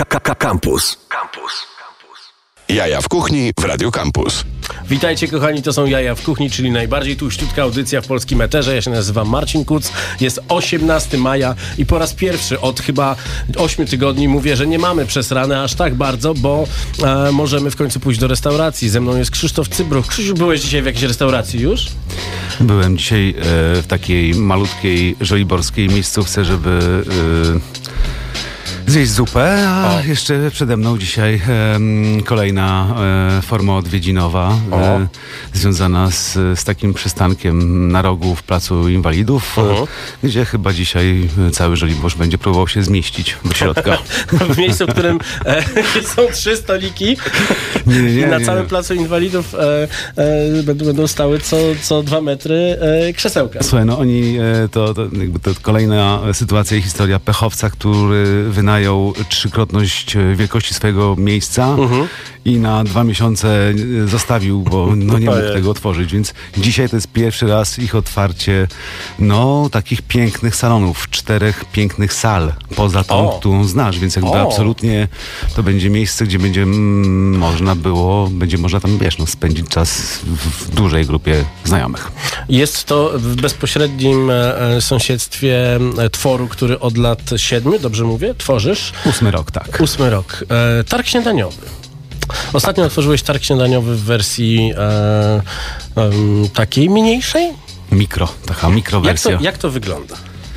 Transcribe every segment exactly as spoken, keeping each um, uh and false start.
Campus. Campus. Jaja w kuchni w Radio Campus. Witajcie kochani, to są Jaja w kuchni, czyli najbardziej tłuściutka audycja w polskim eterze. Ja się nazywam Marcin Kuc, jest osiemnastego maja i po raz pierwszy od chyba ośmiu tygodni mówię, że nie mamy przesrane aż tak bardzo, bo e, możemy w końcu pójść do restauracji. Ze mną jest Krzysztof Cybruch. Krzysiu, byłeś dzisiaj w jakiejś restauracji już? Byłem dzisiaj e, w takiej malutkiej, żoliborskiej miejscówce, żeby... E, zjeść zupę, a o. jeszcze przede mną dzisiaj e, kolejna e, forma odwiedzinowa e, związana z, z takim przystankiem na rogu w Placu Inwalidów, e, gdzie chyba dzisiaj cały Żoliborz będzie próbował się zmieścić do środka. W miejscu, w którym e, są trzy stoliki nie, nie, nie, i na nie, całym nie. Placu Inwalidów e, e, będą, będą stały co, co dwa metry e, krzesełka. Słuchaj, no oni, e, to, to, jakby to kolejna sytuacja i historia pechowca, który wynajął trzykrotność wielkości swojego miejsca uh-huh. i na dwa miesiące zostawił, bo no, nie mógł tego otworzyć, więc dzisiaj to jest pierwszy raz ich otwarcie no takich pięknych salonów, czterech pięknych sal, poza tą, o. którą znasz, więc jakby o. absolutnie to będzie miejsce, gdzie będzie mm, można było, będzie można tam, wiesz, no, spędzić czas w, w dużej grupie znajomych. Jest to w bezpośrednim e, sąsiedztwie e, tworu, który od lat siedmiu, dobrze mówię, tworzysz? Ósmy rok, tak. Ósmy rok. E, targ śniadaniowy. Ostatnio otworzyłeś targ śniadaniowy w wersji e, e, takiej mniejszej? Mikro, taka mikrowersja. Jak to, jak to wygląda?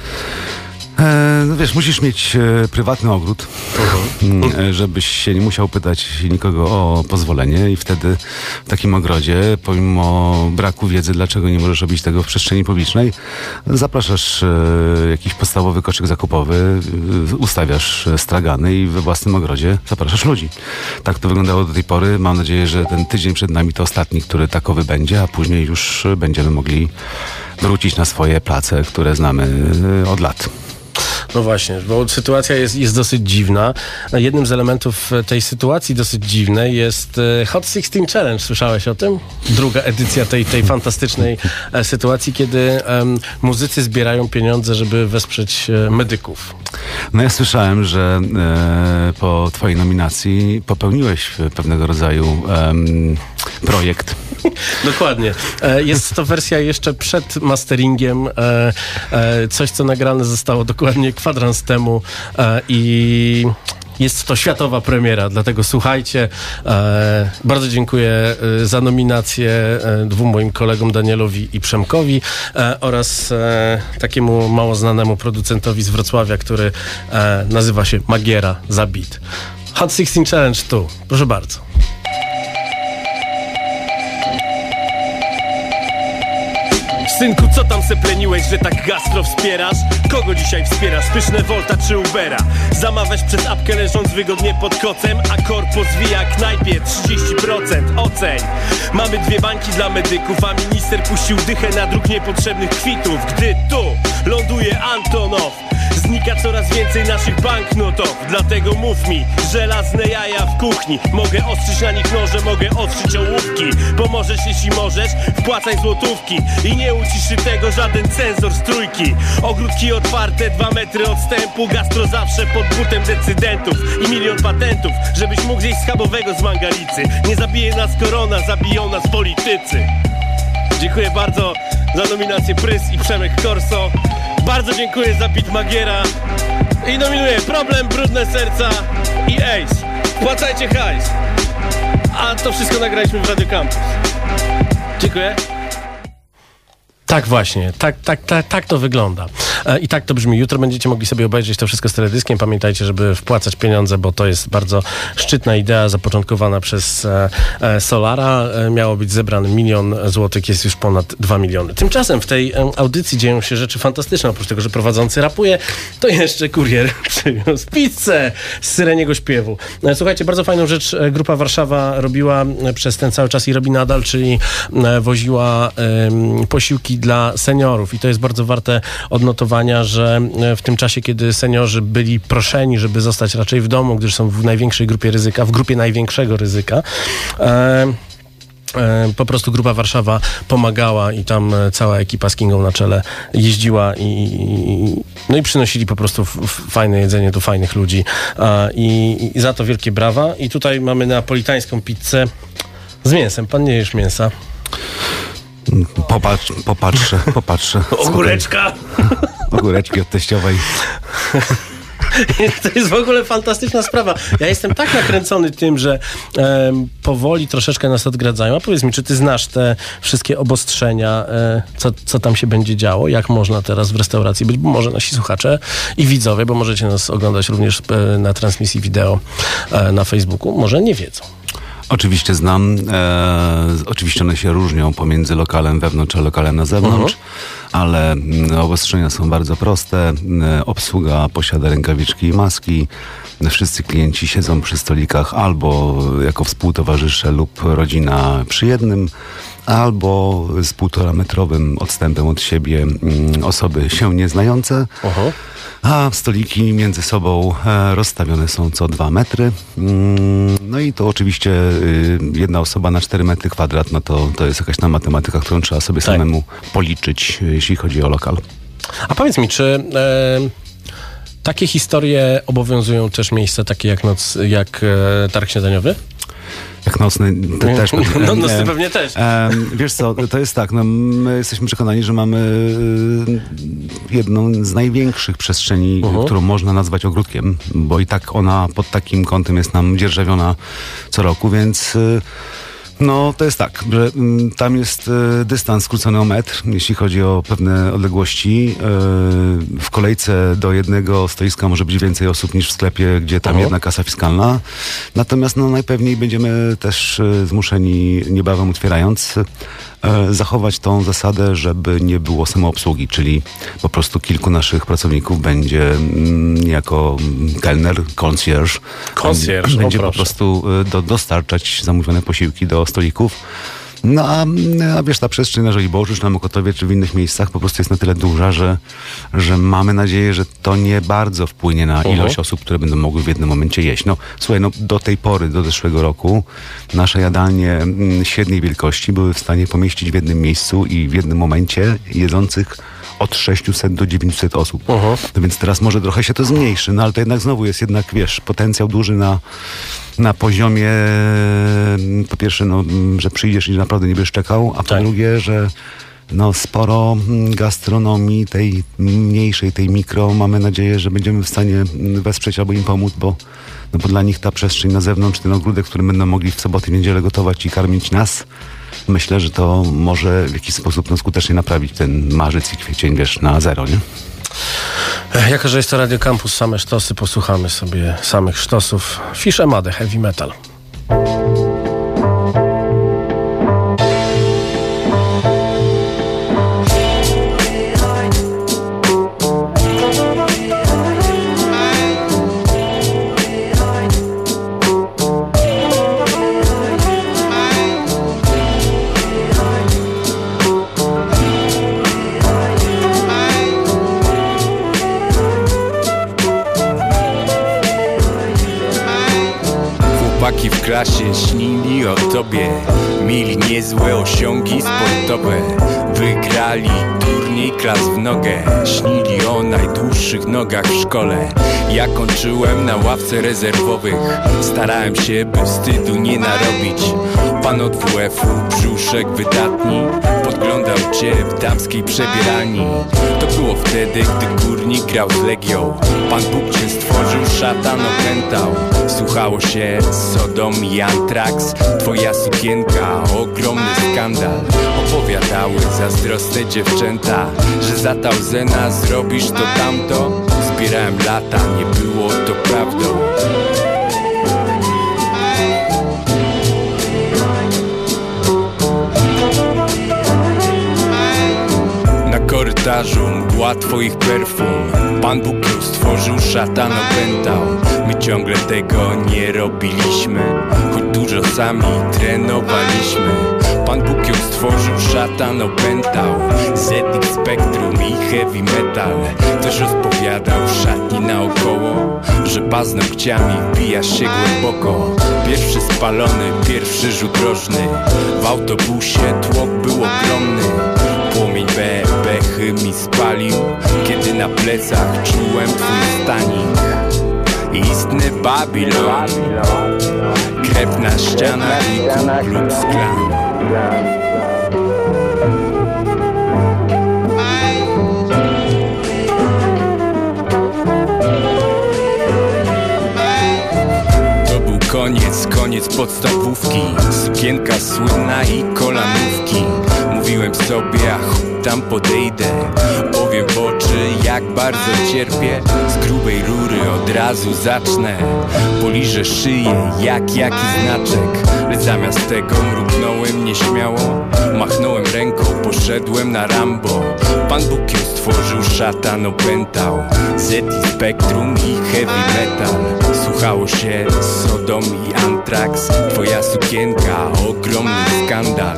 E, no wiesz, musisz mieć e, prywatny ogród, uh-huh. e, żebyś się nie musiał pytać nikogo o pozwolenie i wtedy w takim ogrodzie, pomimo braku wiedzy, dlaczego nie możesz robić tego w przestrzeni publicznej, zapraszasz e, jakiś podstawowy koszyk zakupowy, e, ustawiasz stragany i we własnym ogrodzie zapraszasz ludzi. Tak to wyglądało do tej pory. Mam nadzieję, że ten tydzień przed nami to ostatni, który takowy będzie, a później już będziemy mogli wrócić na swoje place, które znamy e, od lat. No właśnie, bo sytuacja jest, jest dosyć dziwna. Jednym z elementów tej sytuacji dosyć dziwnej jest Hot szesnaście Challenge. Słyszałeś o tym? Druga edycja tej, tej fantastycznej sytuacji, kiedy um, muzycy zbierają pieniądze, żeby wesprzeć medyków. No ja słyszałem, że e, po twojej nominacji popełniłeś pewnego rodzaju um, projekt. Dokładnie. Jest to wersja jeszcze przed masteringiem. Coś, co nagrane zostało dokładnie kwadrans temu i jest to światowa premiera, dlatego słuchajcie. Bardzo dziękuję za nominację dwóm moim kolegom, Danielowi i Przemkowi, oraz takiemu mało znanemu producentowi z Wrocławia, który nazywa się Magiera za beat. Hot szesnaście Challenge tu. Proszę bardzo. Synku, co tam se pleniłeś, że tak gastro wspierasz? Kogo dzisiaj wspierasz? Pyszne Volta czy Ubera? Zamawiasz przez apkę, leżąc wygodnie pod kocem, a korpo zwija knajpie trzydzieści procent. Oceń! Mamy dwie bańki dla medyków, a minister puścił dychę na druk niepotrzebnych kwitów. Gdy tu ląduje Antonow, znika coraz więcej naszych banknotów. Dlatego mów mi, żelazne jaja w kuchni. Mogę ostrzyć na nich noże, mogę ostrzyć ołówki. Pomożesz, jeśli możesz, wpłacaj złotówki. I nie uciszy tego żaden cenzor z trójki. Ogródki otwarte, dwa metry odstępu. Gastro zawsze pod butem decydentów. I milion patentów, żebyś mógł zjeść schabowego z mangalicy. Nie zabije nas korona, zabiją nas politycy. Dziękuję bardzo za nominację Prys i Przemek Corso. Bardzo dziękuję za beat Magiera. I nominuję Problem, Brudne Serca i Ace. Płacajcie hajs. A to wszystko nagraliśmy w Radio Campus. Dziękuję. Tak właśnie, tak, tak, tak, tak to wygląda. E, I tak to brzmi. Jutro będziecie mogli sobie obejrzeć to wszystko z teledyskiem. Pamiętajcie, żeby wpłacać pieniądze, bo to jest bardzo szczytna idea zapoczątkowana przez e, e, Solara. E, miało być zebrany milion złotych, jest już ponad dwa miliony. Tymczasem w tej e, audycji dzieją się rzeczy fantastyczne. Oprócz tego, że prowadzący rapuje, to jeszcze kurier przywiózł pizzę z Syreniego śpiewu. E, słuchajcie, bardzo fajną rzecz e, Grupa Warszawa robiła e, przez ten cały czas i robi nadal, czyli e, woziła e, posiłki dla seniorów i to jest bardzo warte odnotowania, że w tym czasie, kiedy seniorzy byli proszeni, żeby zostać raczej w domu, gdyż są w największej grupie ryzyka, w grupie największego ryzyka, e, po prostu Grupa Warszawa pomagała i tam cała ekipa z Kingą na czele jeździła i, i no i przynosili po prostu f, f, fajne jedzenie do fajnych ludzi. I, I za to wielkie brawa. I tutaj mamy neapolitańską pizzę z mięsem. Pan nie jesz mięsa? Popatrz, popatrzę, popatrzę. Ogóreczka! Ogóreczki od teściowej. To jest w ogóle fantastyczna sprawa. Ja jestem tak nakręcony tym, że e, powoli troszeczkę nas odgradzają. A powiedz mi, czy ty znasz te wszystkie obostrzenia, e, co, co tam się będzie działo? Jak można teraz w restauracji być? Bo może nasi słuchacze i widzowie, bo możecie nas oglądać również e, na transmisji wideo e, na Facebooku, może nie wiedzą. Oczywiście znam. E, oczywiście one się różnią pomiędzy lokalem wewnątrz a lokalem na zewnątrz, uh-huh. ale m, obostrzenia są bardzo proste. E, obsługa posiada rękawiczki i maski. Wszyscy klienci siedzą przy stolikach albo jako współtowarzysze lub rodzina przy jednym, albo z półtora metrowym odstępem od siebie m, osoby się nieznające. Uh-huh. A stoliki między sobą e, rozstawione są co dwa metry. Mm, no i to oczywiście y, jedna osoba na cztery metry kwadrat, no to, to jest jakaś tam matematyka, którą trzeba sobie tak. samemu policzyć, jeśli chodzi o lokal. A powiedz mi, czy e, takie historie obowiązują też miejsca takie jak, noc, jak e, Targ Śniadaniowy? Jak nocny te, też pewnie. No, nocny e, pewnie też. E, wiesz co, to jest tak, no, my jesteśmy przekonani, że mamy jedną z największych przestrzeni, uh-huh. którą można nazwać ogródkiem, bo i tak ona pod takim kątem jest nam dzierżawiona co roku, więc no to jest tak, że m, tam jest y, dystans skrócony o metr, jeśli chodzi o pewne odległości. Y, w kolejce do jednego stoiska może być więcej osób niż w sklepie, gdzie tam Aha. jedna kasa fiskalna. Natomiast no, najpewniej będziemy też y, zmuszeni, niebawem otwierając, y, zachować tą zasadę, żeby nie było samoobsługi, czyli po prostu kilku naszych pracowników będzie mm, jako kelner, concierge, concierge będzie o, po prostu y, do, dostarczać zamówione posiłki do stolików. No a, a wiesz, ta przestrzeń na Żoliborzu, czy na Mokotowie, czy w innych miejscach po prostu jest na tyle duża, że, że mamy nadzieję, że to nie bardzo wpłynie na ilość uh-huh. osób, które będą mogły w jednym momencie jeść. No słuchaj, no do tej pory, do zeszłego roku nasze jadalnie m, średniej wielkości były w stanie pomieścić w jednym miejscu i w jednym momencie jedzących od sześciuset do dziewięciuset osób. Uh-huh. No więc teraz może trochę się to zmniejszy, no ale to jednak znowu jest jednak, wiesz, potencjał duży na, na poziomie po pierwsze, no, że przyjdziesz i naprawdę nie będziesz czekał, a po tak. drugie, że no, sporo gastronomii, tej mniejszej, tej mikro, mamy nadzieję, że będziemy w stanie wesprzeć albo im pomóc, bo, no, bo dla nich ta przestrzeń na zewnątrz, ten ogródek, w którym będą mogli w soboty i niedzielę gotować i karmić nas, myślę, że to może w jakiś sposób no, skutecznie naprawić ten marzec i kwiecień, wiesz, na zero, nie? Jako, że jest to Radio Campus, same sztosy, posłuchamy sobie samych sztosów. Fish Emade, Heavy Metal. W klasie śnili o tobie, mieli niezłe osiągi sportowe, wygrali turniej klas w nogę, śnili o najdłuższych nogach w szkole. Ja kończyłem na ławce rezerwowych, starałem się, by wstydu nie narobić. Pan od W F-u, brzuszek wydatni, podglądał cię w damskiej przebieralni. To było wtedy, gdy Górnik grał z Legią. Pan Bóg cię stworzył, szatan opętał. Słuchało się Sodom i Antrax, twoja sukienka, ogromny skandal. Opowiadały zazdrosne dziewczęta, że za Tausena zrobisz to tamto. Zbierałem lata, nie było to prawdą. Na korytarzu mgła twoich perfum, Pan Bóg ją stworzył, szatan opętał. My ciągle tego nie robiliśmy, choć dużo sami trenowaliśmy. Pan Bóg ją stworzył, szatan opętał. Z X Spectrum i heavy metal. Ktoś rozpowiadał w szatni naokoło, że paznokciami wbijasz się głęboko. Pierwszy spalony, pierwszy rzut rożny. W autobusie tłok był ogromny. Płomień B, bechy mi spalił, kiedy na plecach czułem twój stanik. Istny Babilon, krew na ścianach i Ku Klux Klan. Koniec, koniec podstawówki, sukienka słynna i kolanówki. Mówiłem sobie, ach, tam podejdę, powiem w oczy, jak bardzo cierpię. Z grubej rury od razu zacznę, poliżę szyję, jak jaki znaczek. Lecz zamiast tego mruknąłem nieśmiało, machnąłem ręką, poszedłem na Rambo. Pan Bóg ją stworzył, szatan opętał Z i Spektrum i heavy metal. Słuchało się Sodom i Anthrax. Twoja sukienka, ogromny skandal.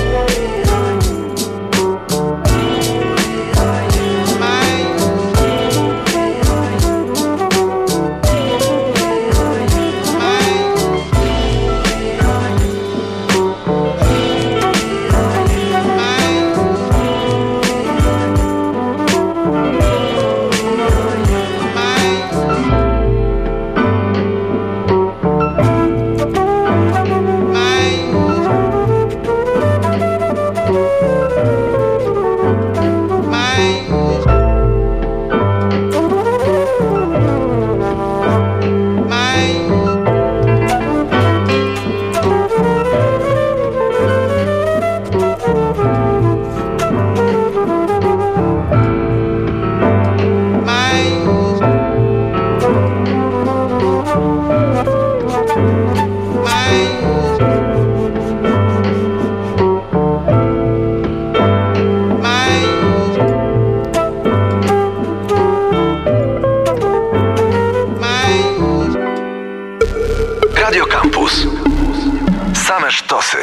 Radio Campus. Same sztosy.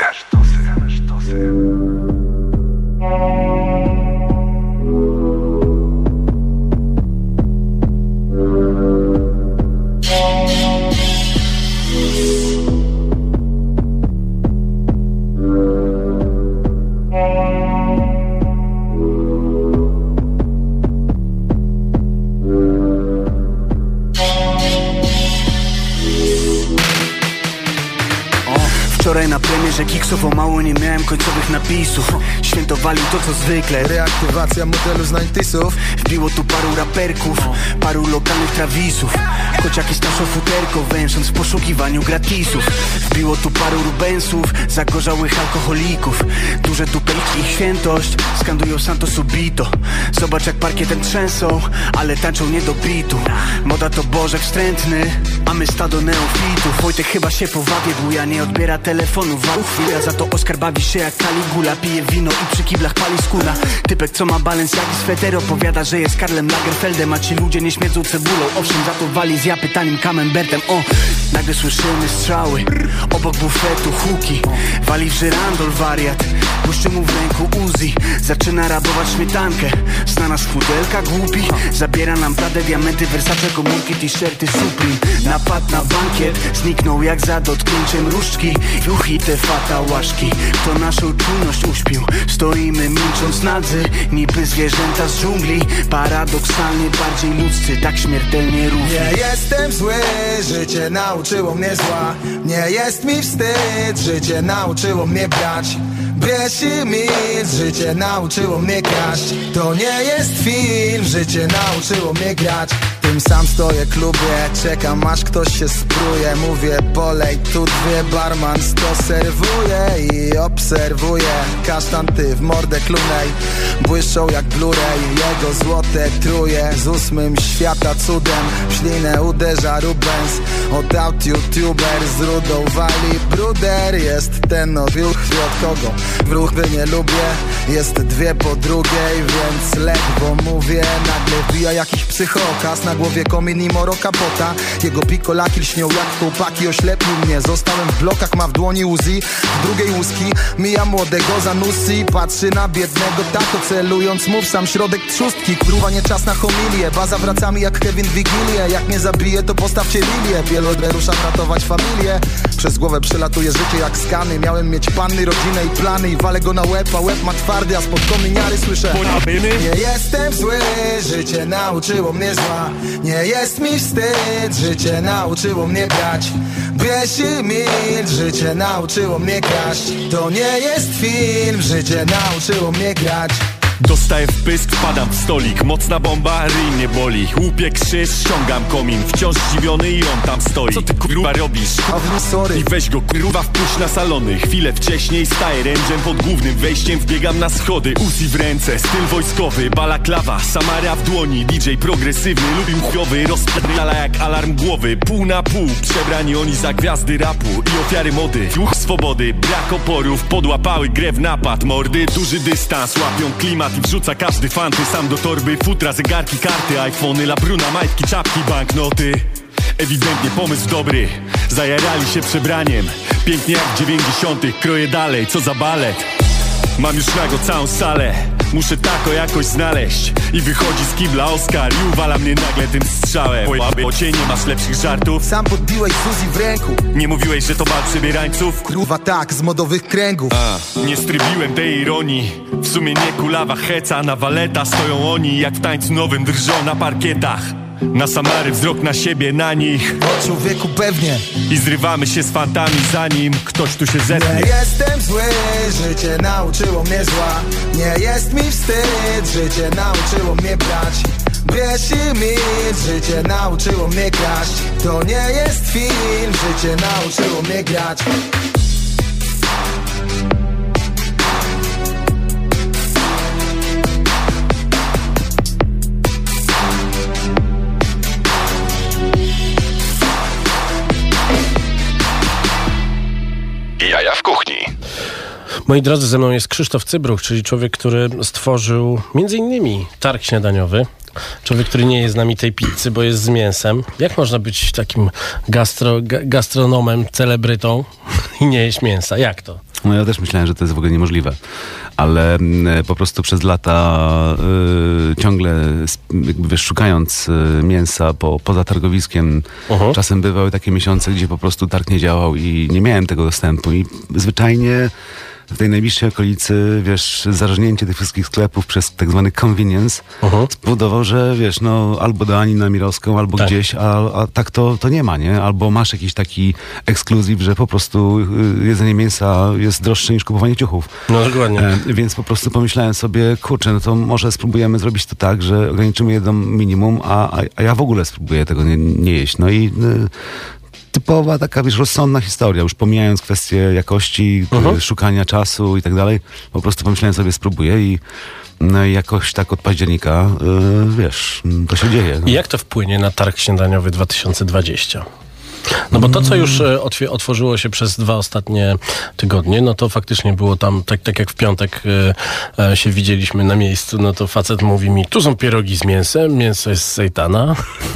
Wczoraj na premierze Kiksowo mało nie miałem końcowych napisów. Świętowali to co zwykle, reaktywacja modelu z dziewięćdziesiątych. Wbiło tu paru raperków, paru lokalnych trawisów. Choć jakieś nasze futerko węsząc w poszukiwaniu gratisów. Wbiło tu paru Rubensów, zagorzałych alkoholików. Duże dupelki ich świętość, skandują Santo Subito. Zobacz jak parkietem trzęsą, ale tańczą nie do bitu. Moda to Bożek wstrętny, a my stado neofitów. Wojtek chyba się powabił, ja nie odbiera telefonu w chwila. Za to Oskar bawi się jak Caligula, pije wino i przy kiblach pali skóra. Typek co ma Balenciagi sweter opowiada, że jest Karlem Lagerfeldem, a ci ludzie nie śmierdzą cebulą. Owszem, za to wali z japy tanim Camembertem. O, nagle słyszymy strzały, obok bufetu huki. Wali w żyrandol wariat, puszczy mu w ręku Uzi. Zaczyna rabować śmietankę, zna nas pudelka głupi. Zabiera nam Pradę, diamenty, Versace, komórki, t-shirty Supreme. Napad na bankiet, zniknął jak za dotknięciem różdżki. Juch i te fatałaszki, kto naszą czujność uśpił. Stoimy milcząc nadzy, niby zwierzęta z dżungli. Paradoksalnie bardziej ludzcy, tak śmiertelnie równi. Nie jestem zły, życie nauczyło mnie zła. Nie jest mi wstyd, życie nauczyło mnie brać. Bierz i milcz, życie nauczyło mnie kraść. To nie jest film, życie nauczyło mnie grać. Tym sam stoję klubie, czekam aż ktoś się spruje. Mówię polej, tu dwie, barman sto serwuje. I obserwuję, kasztan ty w mordę klunej. Błyszczą jak Blu-ray, jego złote truje. Z ósmym świata cudem, w ślinę uderza Rubens. Od aut youtuber z rudą wali bruder. Jest ten nowy od kogo w ruchy nie lubię. Jest dwie po drugiej, więc ledwo mówię. Nagle wbija jakiś psychokas, nagle głowie komin i moro kapota. Jego pikolaki lśnią jak kołpaki, oślepił mnie. Zostałem w blokach, ma w dłoni Uzi, w drugiej łuski. Mija młodego za nusy i patrzy na biednego tako, celując mu w sam środek trzustki. Kurwa, nie czas na homilię, baza wraca mi jak Kevin Wigilię. Jak mnie zabije, to postawcie lilię. Wielodre ruszam ratować familię. Przez głowę przelatuje życie jak skany. Miałem mieć panny, rodzinę i plany i walę go na łeb, a łeb ma twardy, a spod kominiary słyszę: nie jestem zły, życie nauczyło mnie zła. Nie jest mi wstyd, życie nauczyło mnie brać. Bierz i milcz, życie nauczyło mnie kraść. To nie jest film, życie nauczyło mnie grać. Dostaję w pysk, wpadam w stolik. Mocna bomba, ryj mnie boli. Łupię krzyż, ściągam komin. Wciąż zdziwiony i on tam stoi. Co ty kurwa robisz? Sorry. I weź go kurwa wpuść na salony. Chwilę wcześniej staję ręczem pod głównym wejściem. Wbiegam na schody, Uzi w ręce, styl wojskowy, balaklawa, Samara w dłoni. D J progresywny, lubił chujowy, rozpierdala jak alarm głowy. Pół na pół, przebrani oni za gwiazdy rapu i ofiary mody. Duch swobody, brak oporów, podłapały grę w napad. Mordy, duży dystans, łapią klimat i wrzuca każdy fanty. Sam do torby, futra, zegarki, karty, iPhony, labruna, majtki, czapki, banknoty. Ewidentnie pomysł dobry, zajarali się przebraniem. Pięknie jak w dziewięćdziesiątych, kroję dalej, co za balet. Mam już nago całą salę, muszę tako jakoś znaleźć. I wychodzi z kibla Oskar i uwala mnie nagle tym strzałem. O cię nie masz lepszych żartów? Sam podbiłeś Suzy w ręku. Nie mówiłeś, że to bal przebierańców? Kurwa tak, z modowych kręgów. A, nie strybiłem tej ironii. W sumie nie kulawa heca, na waleta stoją oni jak w tańcu nowym drżą na parkietach. Na Samary wzrok na siebie, na nich. O człowieku pewnie. I zrywamy się z fantami zanim ktoś tu się zetnie. Nie jestem zły, życie nauczyło mnie zła. Nie jest mi wstyd, życie nauczyło mnie brać. Bierz i milcz, życie nauczyło mnie kraść. To nie jest film, życie nauczyło mnie grać. Jaja w kuchni. Moi drodzy, ze mną jest Krzysztof Cybruch, czyli człowiek, który stworzył między innymi targ śniadaniowy. Człowiek, który nie je z nami tej pizzy, bo jest z mięsem. Jak można być takim gastro, ga, gastronomem, celebrytą i nie jeść mięsa? Jak to? No ja też myślałem, że to jest w ogóle niemożliwe, ale y, po prostu przez lata y, ciągle jakby wiesz, szukając y, mięsa po, poza targowiskiem, uh-huh. czasem bywały takie miesiące, gdzie po prostu targ nie działał i nie miałem tego dostępu i zwyczajnie w tej najbliższej okolicy, wiesz, zarżnięcie tych wszystkich sklepów przez tak zwany convenience uh-huh. spowodował, że wiesz, no albo do Ani na Mirowską, albo tak. gdzieś, a, a tak to, to nie ma, nie? Albo masz jakiś taki ekskluzyw, że po prostu y, jedzenie mięsa jest droższe niż kupowanie ciuchów. No dokładnie. E, więc po prostu pomyślałem sobie, kurczę, no to może spróbujemy zrobić to tak, że ograniczymy je do minimum, a, a, a ja w ogóle spróbuję tego nie, nie jeść. No i y, typowa taka, wiesz, rozsądna historia, już pomijając kwestię jakości, uh-huh. szukania czasu i tak dalej. Po prostu pomyślałem sobie, spróbuję i no i jakoś tak od października, yy, wiesz, to się dzieje. No. I jak to wpłynie na targ śniadaniowy dwa tysiące dwudziesty? No bo to, co już otw- otworzyło się przez dwa ostatnie tygodnie, no to faktycznie było tam, tak, tak jak w piątek y, y, się widzieliśmy na miejscu, no to facet mówi mi, tu są pierogi z mięsem, mięso jest z sejtana.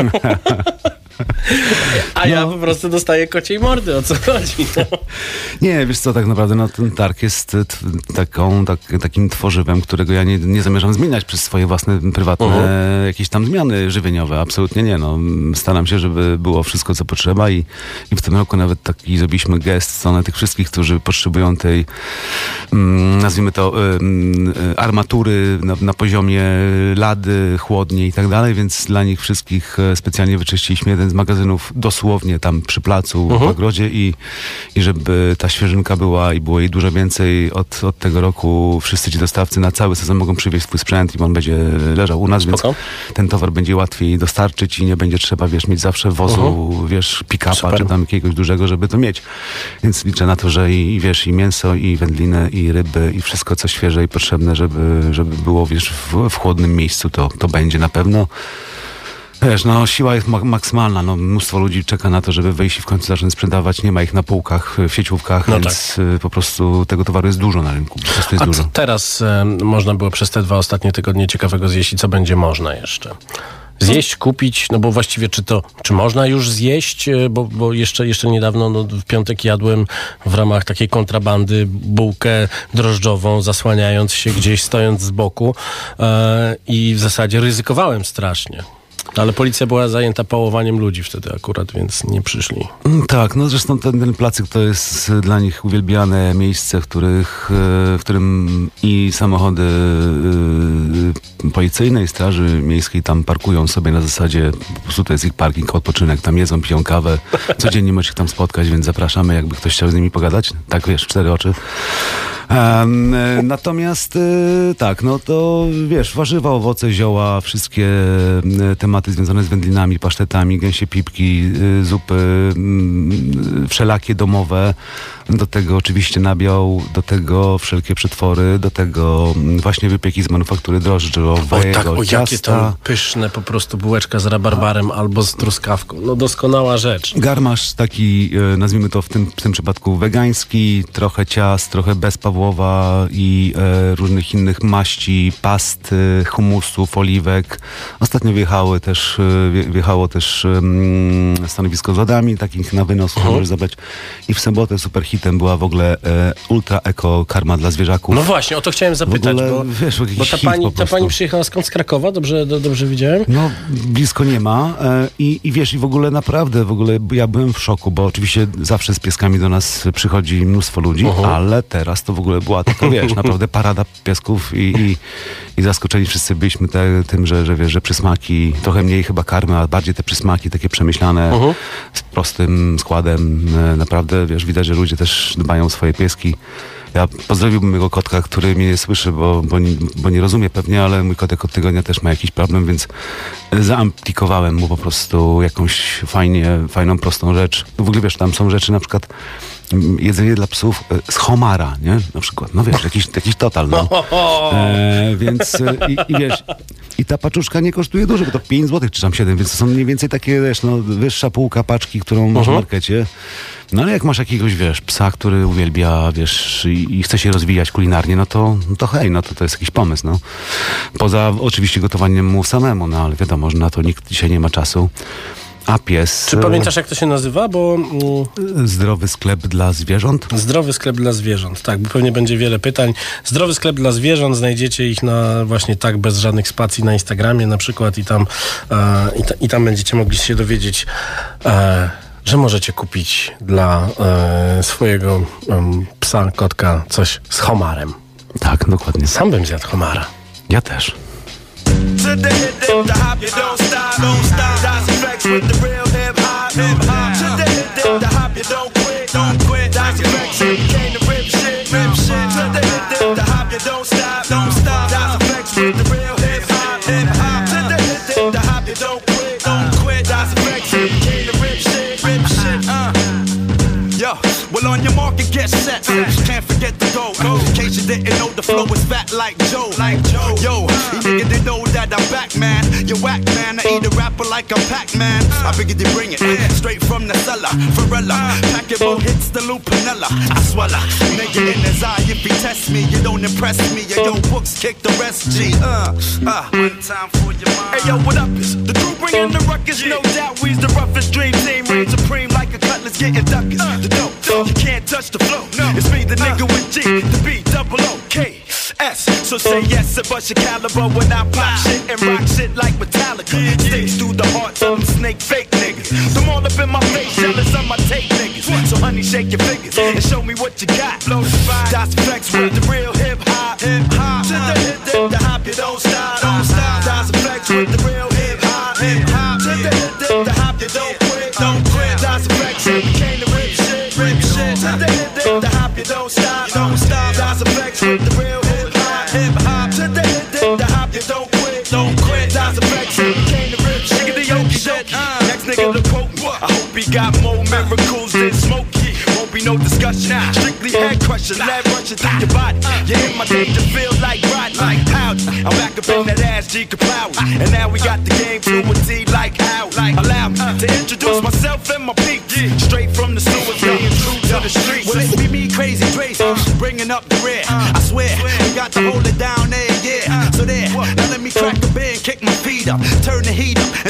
A ja no. po prostu dostaję kociej mordy, o co chodzi? No. Nie, wiesz co, tak naprawdę no, ten targ jest t- taką, tak, takim tworzywem, którego ja nie, nie zamierzam zmieniać przez swoje własne, prywatne uh-huh. jakieś tam zmiany żywieniowe. Absolutnie nie. No. Staram się, żeby było wszystko, co potrzeba i, i w tym roku nawet taki zrobiliśmy gest w stronę tych wszystkich, którzy potrzebują tej, mm, nazwijmy to, mm, armatury na, na poziomie lady, chłodni i tak dalej, więc dla nich wszystkich specjalnie wyczyściliśmy jeden z magazynów dosłownie tam przy placu uh-huh. w ogrodzie i, i żeby ta świeżynka była i było jej dużo więcej od, od tego roku. Wszyscy ci dostawcy na cały sezon mogą przywieźć swój sprzęt i on będzie leżał u nas, Spoko. Więc ten towar będzie łatwiej dostarczyć i nie będzie trzeba, wiesz, mieć zawsze wozu, uh-huh. wiesz, pick-upa czy tam jakiegoś dużego, żeby to mieć. Więc liczę na to, że i, i wiesz, i mięso, i wędliny, i ryby, i wszystko, co świeże i potrzebne, żeby, żeby było, wiesz, w, w chłodnym miejscu, to, to będzie na pewno. Wiesz, no siła jest mak- maksymalna, no mnóstwo ludzi czeka na to, żeby wyjść i w końcu zacząć sprzedawać, nie ma ich na półkach, w sieciówkach, no więc tak. po prostu tego towaru jest dużo na rynku, po prostu jest A dużo. teraz e, można było przez te dwa ostatnie tygodnie ciekawego zjeść i co będzie można jeszcze? Zjeść, kupić, no bo właściwie czy to, czy można już zjeść, bo, bo jeszcze, jeszcze niedawno, no, w piątek jadłem w ramach takiej kontrabandy bułkę drożdżową, zasłaniając się gdzieś, stojąc z boku e, i w zasadzie ryzykowałem strasznie. Ale policja była zajęta pałowaniem ludzi wtedy akurat, więc nie przyszli. Tak, no zresztą ten, ten placyk to jest dla nich uwielbiane miejsce, w, których, w którym i samochody policyjnej, straży miejskiej tam parkują sobie na zasadzie, po prostu to jest ich parking, odpoczynek, tam jedzą, piją kawę, codziennie możesz ich tam spotkać, więc zapraszamy, jakby ktoś chciał z nimi pogadać. Tak, wiesz, cztery oczy. Um, natomiast y, tak, no to wiesz, warzywa, owoce, zioła, wszystkie y, tematy związane z wędlinami, pasztetami, gęsie pipki, y, zupy, y, wszelakie domowe, do tego oczywiście nabiał, do tego wszelkie przetwory, do tego właśnie wypieki z manufaktury drożdżowego, o tak, o ciasta. jakie to pyszne po prostu bułeczka z rabarbarem albo z truskawką. No doskonała rzecz. Garmasz taki, nazwijmy to w tym, w tym przypadku wegański, trochę ciast, trochę bez Pawłowa i e, różnych innych maści, past, e, humusów, oliwek. Ostatnio wjechały też, e, wjechało też e, stanowisko z lodami, takich na wynos, uh-huh. możesz zabrać. I w sobotę super hitem była w ogóle e, ultra eko karma dla zwierzaków. No właśnie, o to chciałem zapytać, ogóle, bo, wiesz, bo ta, pani, ta pani przyjechała skąd? Z Krakowa? Dobrze, do, dobrze widziałem? No, blisko nie ma e, i, i wiesz, i w ogóle naprawdę, w ogóle ja byłem w szoku, bo oczywiście zawsze z pieskami do nas przychodzi mnóstwo ludzi, uh-huh. ale teraz to w ogóle była taka, wiesz, naprawdę parada piesków i, i, i zaskoczeni wszyscy byliśmy te, tym, że, że wiesz, że przysmaki, trochę mniej chyba karmy, a bardziej te przysmaki takie przemyślane, uh-huh. z prostym składem, e, naprawdę, wiesz, widać, że ludzie też dbają o swoje pieski. Ja pozdrowiłbym mojego kotka, który mnie nie słyszy, bo, bo, nie, bo nie rozumie pewnie, ale mój kotek od tygodnia też ma jakiś problem, więc zaamplikowałem mu po prostu jakąś fajnie, fajną, prostą rzecz. W ogóle wiesz, tam są rzeczy na przykład jedzenie dla psów z homara, nie? Na przykład, no wiesz, jakiś, jakiś total, no. E, więc i, i wiesz, i ta paczuszka nie kosztuje dużo, bo to pięć złotych czy tam siedem, więc to są mniej więcej takie, wiesz, no, wyższa półka paczki, którą masz w markecie. No ale jak masz jakiegoś, wiesz, psa, który uwielbia, wiesz, i, i chce się rozwijać kulinarnie, no to, no to hej, no to to jest jakiś pomysł, no. Poza oczywiście gotowaniem mu samemu, no ale wiadomo, że na to nikt dzisiaj nie ma czasu. A pies... Czy pamiętasz, jak to się nazywa? Bo mm, Zdrowy sklep dla zwierząt? Zdrowy sklep dla zwierząt, tak, bo pewnie będzie wiele pytań. Zdrowy sklep dla zwierząt, znajdziecie ich na właśnie tak, bez żadnych spacji na Instagramie na przykład i tam, e, i, ta, i tam będziecie mogli się dowiedzieć, e, że możecie kupić dla e, swojego um, psa, kotka coś z homarem. Tak, dokładnie. Sam bym zjadł homara. Ja też. Well, on your market, get set. Can't forget the goal. In case you didn't know, the flow is fat like Joe. Like Joe. Yo, you niggas didn't know that I'm back, man. You whack, man. I eat a rapper like a Pac-Man. I figured you bring it straight from the cellar. Varela, packable hits the Lupinella. I swallow. Nigga in his eye, if he test me, you don't impress me. Yo, yo, books kick the rest, G. Uh, uh. One time for your mind. Hey, yo, what up? Is the crew bringing the ruckus? No doubt, we's the roughest dream team. Reign supreme like a cutlass getting duckers. The dope. You can't touch the flow. No. It's me, the nigga with G, the B, double O, K, S. So say yes and bust your caliber when I pop shit and rock shit like Metallica. Sticks through the hearts of them snake fake niggas. Them all up in my face, jealous of my tape niggas. So honey, shake your fingers and show me what you got. Das Flex with the real hip hop. Hip hop. To the hip, dip, the hop, you don't stop. Don't stop. Das Flex with the real hip hop. Hip hop. To the hip, dip, the hop, you don't quit. Don't quit. Das Flex, we came to rip shit. Rip shit. To the hip, dip, the hop, you don't stop. Don't stop. Das Flex with the real hip hop. Hip hop. To the hip, dip, the hop, you don't quit. Don't quit. Das Flex, we came to rip shit. Nigga, the yoki shit. Next nigga, the quote. I hope he got more miracles than Smokey. Won't be no discussion. Strictly head crushing, lead rushing through your body. You in my danger feel like Rodney. Like Howdy. I'm back up in that ass, G Kapow. And now we got the game to a T like how. Allow me to introduce myself and my peeps. Straight from the sewers, being true to the streets. Well, it be me, Crazy Dre, bringing up the rear. I swear, we got to hold it down there, yeah. So there, now let me crack a beer and kick my feet up. Turn the heat up.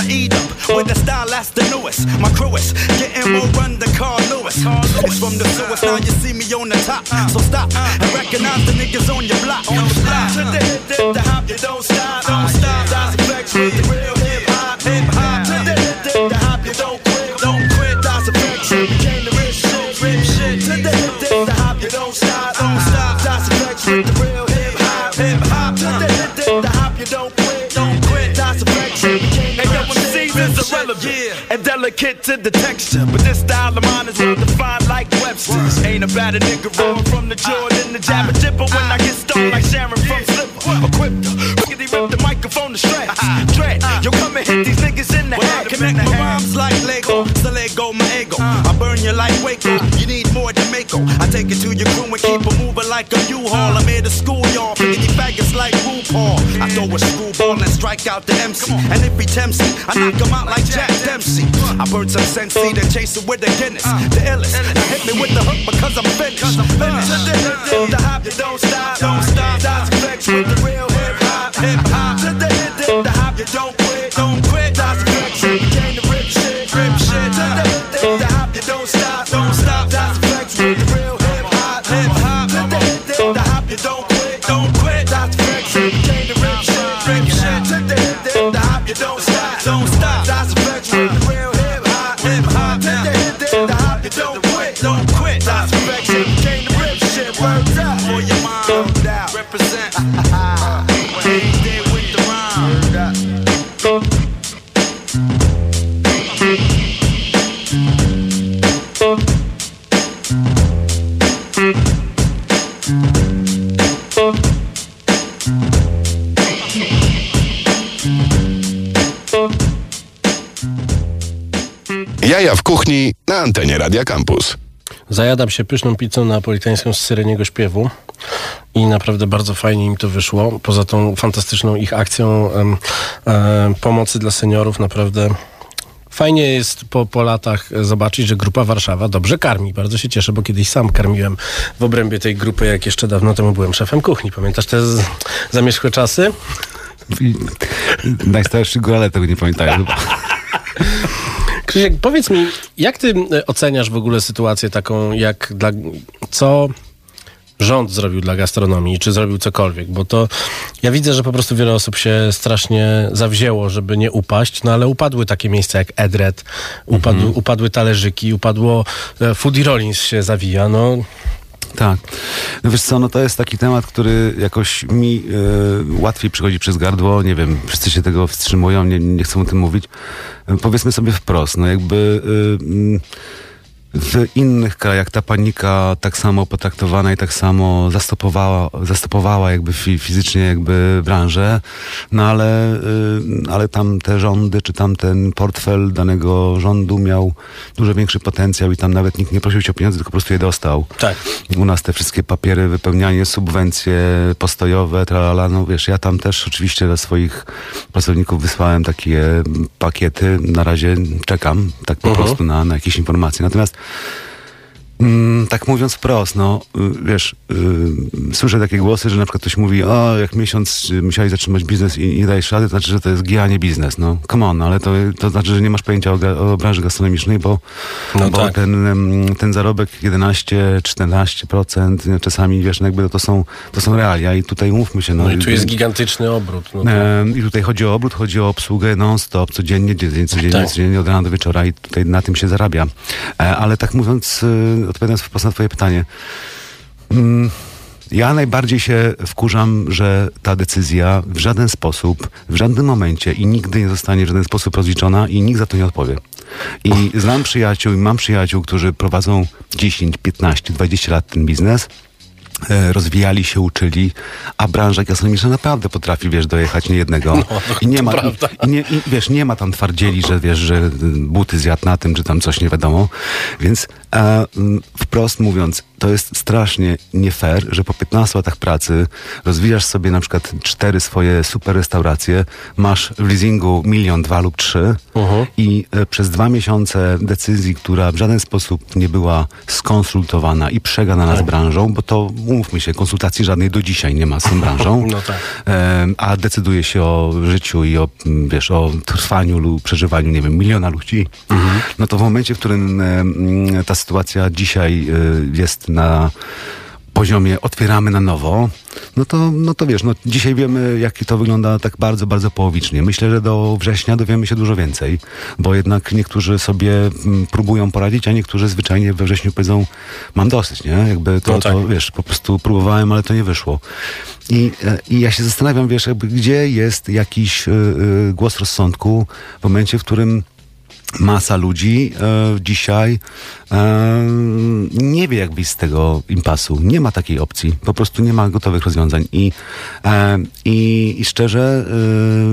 eat up with the style that's the newest. My crew is getting more run than Carl Lewis. It's from the sewers, now you see me on the top. So stop and recognize the niggas on your block. On the block. To the hip, dip, the hop, you don't stop, don't stop. That's a flex with the real hip hop, hip hop. To the hip, dip, the hop, you don't quit, don't quit. That's a flex, we came to rip shit, rip shit. To the hip, dip, the hop, you don't stop, don't stop. That's a flex with the real hip hop, hip hop. To the hip, dip, the hop, you don't quit, don't quit. That's a flex, we came to rip shit, rip shit. Irrelevant and delicate to the texture, but this style of mine is well defined like Webster's. Ain't about a nigga rolling from the Jordan, the jabber jibber when I get stoned like Sharon from Slipper. Equipped to rickety rip the microphone to shreds. Dread, yo come and hit these niggas in the head. Connect my rhymes like Lego, so let go my ego. I burn you like Waco, you need more than Mako. I take it to your crew and keep it moving like a U-Haul. I'm here to school y'all, figure you faggots like RuPaul. I throw a screwball and strike out the M C. And if he tempts me, I knock him out like Jack Dempsey. I burn some Sensi, then chase it with the Guinness. The illest, now hit me with the hook because I'm finished. Finish. To the hip, dip, the hop, you don't stop, don't stop. That's flex with the real hip hop, hip hop. To the hip, dip, the hop, you don't quit, don't quit. That's flex, we came to rip shit, rip shit. To the hip, dip, the hop, you don't stop, don't stop. That's flex with the real hip hop, hip hop. To the hip, dip, the hop, you don't quit, don't quit. That's flex, we came to rip shit, rip shit. To the hip, dip, the hop, you don't stop, don't stop. That's flex with the real hip hop, hip hop. To the hip, dip, the hop, you don't quit, don't quit. That's flex, we came to rip shit, word up. For your mind, no doubt. Represent. Ain't there with the rhyme. Jaja w kuchni na antenie Radia Campus. Zajadam się pyszną pizzą neapolitańską z syreniego śpiewu i naprawdę bardzo fajnie im to wyszło. Poza tą fantastyczną ich akcją em, em, pomocy dla seniorów, naprawdę fajnie jest po, po latach zobaczyć, że Grupa Warszawa dobrze karmi. Bardzo się cieszę, bo kiedyś sam karmiłem w obrębie tej grupy, jak jeszcze dawno temu byłem szefem kuchni. Pamiętasz te z, zamierzchłe czasy? Najstarszy górale tego nie pamiętają. Krzysiek, powiedz mi, jak ty oceniasz w ogóle sytuację taką, jak dla, co rząd zrobił dla gastronomii, czy zrobił cokolwiek, bo to ja widzę, że po prostu wiele osób się strasznie zawzięło, żeby nie upaść, no ale upadły takie miejsca jak Edred, upadły, mhm. upadły talerzyki, upadło Foodie Rollins się zawija, no. Tak. No wiesz co, no to jest taki temat, który jakoś mi y, łatwiej przychodzi przez gardło. Nie wiem, wszyscy się tego wstrzymują, nie, nie chcą o tym mówić. Y, powiedzmy sobie wprost, no jakby y, y, w innych krajach ta panika tak samo potraktowana i tak samo zastopowała, zastopowała jakby fizycznie jakby branżę, no ale, y, ale tam te rządy, czy tam ten portfel danego rządu miał dużo większy potencjał i tam nawet nikt nie prosił cię o pieniądze, tylko po prostu je dostał. Tak. U nas te wszystkie papiery, wypełnianie, subwencje postojowe, tralala, no wiesz, ja tam też oczywiście dla swoich pracowników wysłałem takie pakiety, na razie czekam tak po uh-huh. prostu na, na jakieś informacje. Natomiast Mm, tak mówiąc wprost, no wiesz, yy, słyszę takie głosy, że na przykład ktoś mówi, o jak miesiąc musiałeś zatrzymać biznes i, i nie dajesz rady, to znaczy, że to jest G, a nie biznes, no come on, ale to, to znaczy, że nie masz pojęcia o, o branży gastronomicznej, bo, no bo tak. ten, ten zarobek jedenaście czternaście procent czasami, wiesz, no jakby to są, to są realia i tutaj umówmy się. No, no i tu jest gigantyczny obrót. No to... yy, I tutaj chodzi o obrót, chodzi o obsługę non-stop, codziennie, codziennie, codziennie, tak. codziennie od rana do wieczora i tutaj na tym się zarabia. E, ale tak mówiąc, yy, odpowiadając wprost na twoje pytanie. Ja najbardziej się wkurzam, że ta decyzja w żaden sposób, w żadnym momencie i nigdy nie zostanie w żaden sposób rozliczona i nikt za to nie odpowie. I znam przyjaciół i mam przyjaciół, którzy prowadzą dziesięć, piętnaście, dwadzieścia lat ten biznes, rozwijali się, uczyli, a branża gastronomiczna naprawdę potrafi, wiesz, dojechać niejednego. No, I nie ma, i, i nie, i, wiesz, nie ma tam twardzieli, że wiesz, że buty zjadł na tym, czy tam coś nie wiadomo. Więc e, wprost mówiąc, to jest strasznie nie fair, że po piętnastu latach pracy rozwijasz sobie na przykład cztery swoje super restauracje, masz w leasingu milion, dwa lub trzy uh-huh. i e, przez dwa miesiące decyzji, która w żaden sposób nie była skonsultowana i przegadana z branżą, bo to umówmy się, konsultacji żadnej do dzisiaj nie ma z tą branżą, no tak. e, a decyduje się o życiu i o, wiesz, o trwaniu lub przeżywaniu, nie wiem, miliona ludzi, mhm. no to w momencie, w którym e, ta sytuacja dzisiaj e, jest na poziomie otwieramy na nowo, no to, no to wiesz, no dzisiaj wiemy, jak to wygląda tak bardzo, bardzo połowicznie. Myślę, że do września dowiemy się dużo więcej, bo jednak niektórzy sobie m, próbują poradzić, a niektórzy zwyczajnie we wrześniu powiedzą, mam dosyć, nie? Jakby to, no tak. to wiesz, po prostu próbowałem, ale to nie wyszło. I, i ja się zastanawiam, wiesz, jakby gdzie jest jakiś y, y, głos rozsądku w momencie, w którym masa ludzi e, dzisiaj e, nie wie, jak wyjść z tego impasu. Nie ma takiej opcji. Po prostu nie ma gotowych rozwiązań. I, e, i, i szczerze e,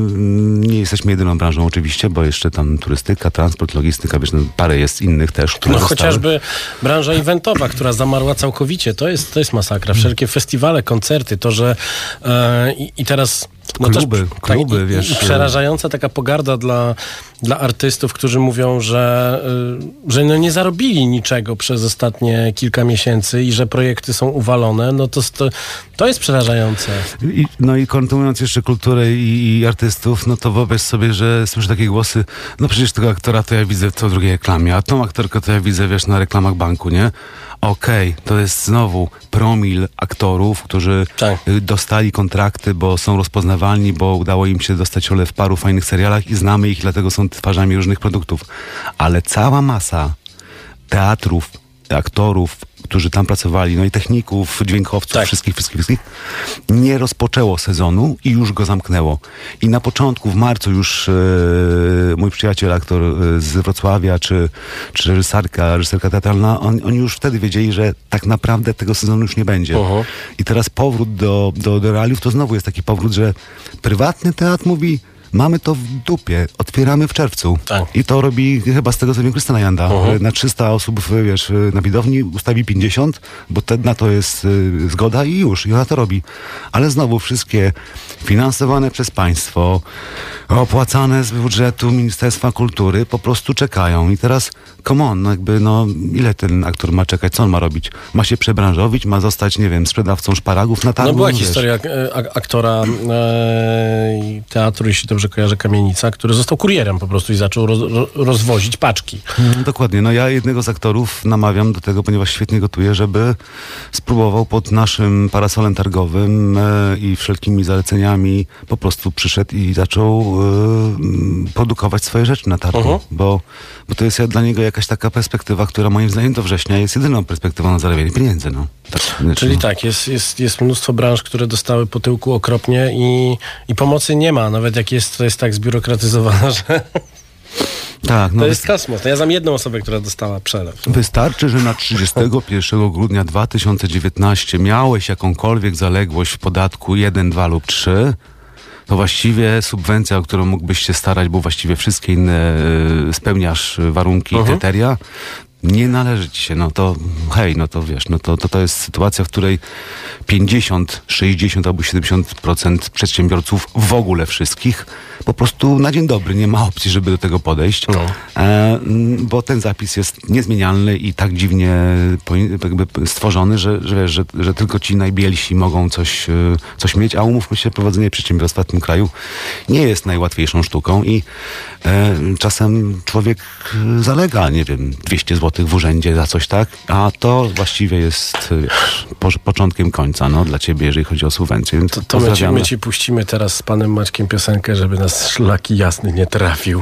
nie jesteśmy jedyną branżą oczywiście, bo jeszcze tam turystyka, transport, logistyka, wiesz, no, parę jest innych też. Które no zostały. Chociażby branża eventowa, która zamarła całkowicie. To jest, to jest masakra. Wszelkie festiwale, koncerty, to, że e, i, i teraz... No kluby, też, kluby, tak, wiesz. I, i przerażająca taka pogarda dla, dla artystów, którzy mówią, że, y, że no nie zarobili niczego przez ostatnie kilka miesięcy i że projekty są uwalone, no to, to, to jest przerażające. I, no i kontynuując jeszcze kulturę i, i artystów, no to wyobraź sobie, że słyszę takie głosy, no przecież tego aktora to ja widzę w co drugiej reklamie, a tą aktorkę to ja widzę, wiesz, na reklamach banku, nie? Okej, okay, to jest znowu promil aktorów, którzy tak. dostali kontrakty, bo są rozpoznawalni, bo udało im się dostać rolę w paru fajnych serialach i znamy ich, dlatego są twarzami różnych produktów. Ale cała masa teatrów, aktorów, którzy tam pracowali, no i techników, dźwiękowców, tak. wszystkich, wszystkich, wszystkich, nie rozpoczęło sezonu i już go zamknęło. I na początku, w marcu już e, mój przyjaciel, aktor e, z Wrocławia, czy, czy reżyserka, reżyserka teatralna, on, oni już wtedy wiedzieli, że tak naprawdę tego sezonu już nie będzie. Uh-huh. I teraz powrót do, do, do realiów, to znowu jest taki powrót, że prywatny teatr mówi, mamy to w dupie, otwieramy w czerwcu. Tak. I to robi chyba z tego co wiem Krystyna Janda. Uh-huh. Na trzysta osób, wiesz, na widowni ustawi pięćdziesiąt, bo te, na to jest y, zgoda i już, i ona to robi. Ale znowu wszystkie finansowane przez państwo, opłacane z budżetu Ministerstwa Kultury po prostu czekają. I teraz, come on, no jakby, no ile ten aktor ma czekać? Co on ma robić? Ma się przebranżowić? Ma zostać, nie wiem, sprzedawcą szparagów na targu? No była wiesz. historia a, aktora e, teatru, jeśli dobrze kojarzę, Kamienica, który został kurierem po prostu i zaczął roz, rozwozić paczki. Hmm, dokładnie. No ja jednego z aktorów namawiam do tego, ponieważ świetnie gotuje, żeby spróbował pod naszym parasolem targowym e, i wszelkimi zaleceniami po prostu przyszedł i zaczął e, produkować swoje rzeczy na targu. Uh-huh. Bo, bo to jest dla niego jakaś taka perspektywa, która moim zdaniem do września jest jedyną perspektywą na zarabianie pieniędzy. No. Tak, Czyli no. tak, jest, jest, jest mnóstwo branż, które dostały po tyłku okropnie i, i pomocy nie ma. Nawet jak jest, to jest tak zbiurokratyzowana, że... Tak, no to jest kosmos. Ja znam jedną osobę, która dostała przelew. Wystarczy, że na trzydziestego pierwszego grudnia dwa tysiące dziewiętnastego miałeś jakąkolwiek zaległość w podatku jeden, dwa lub trzy, to właściwie subwencja, o którą mógłbyś się starać, bo właściwie wszystkie inne y, spełniasz warunki i uh-huh. kryteria, nie należy ci się, no to hej, no to wiesz, no to, to, to jest sytuacja, w której pięćdziesiąt, sześćdziesiąt albo siedemdziesiąt procent przedsiębiorców, w ogóle wszystkich, po prostu na dzień dobry nie ma opcji, żeby do tego podejść, no. e, bo ten zapis jest niezmienialny i tak dziwnie jakby stworzony, że, że, wiesz, że, że tylko ci najbielsi mogą coś, coś mieć, a umówmy się, prowadzenie przedsiębiorstwa w tym kraju nie jest najłatwiejszą sztuką i e, czasem człowiek zalega, nie wiem, dwieście złotych w urzędzie za coś, tak? A to właściwie jest, wiesz, po, początkiem końca, no, dla ciebie, jeżeli chodzi o subwencję. To, to my, ci, my ci puścimy teraz z panem Maćkiem piosenkę, żeby nas szlaki jasny nie trafił.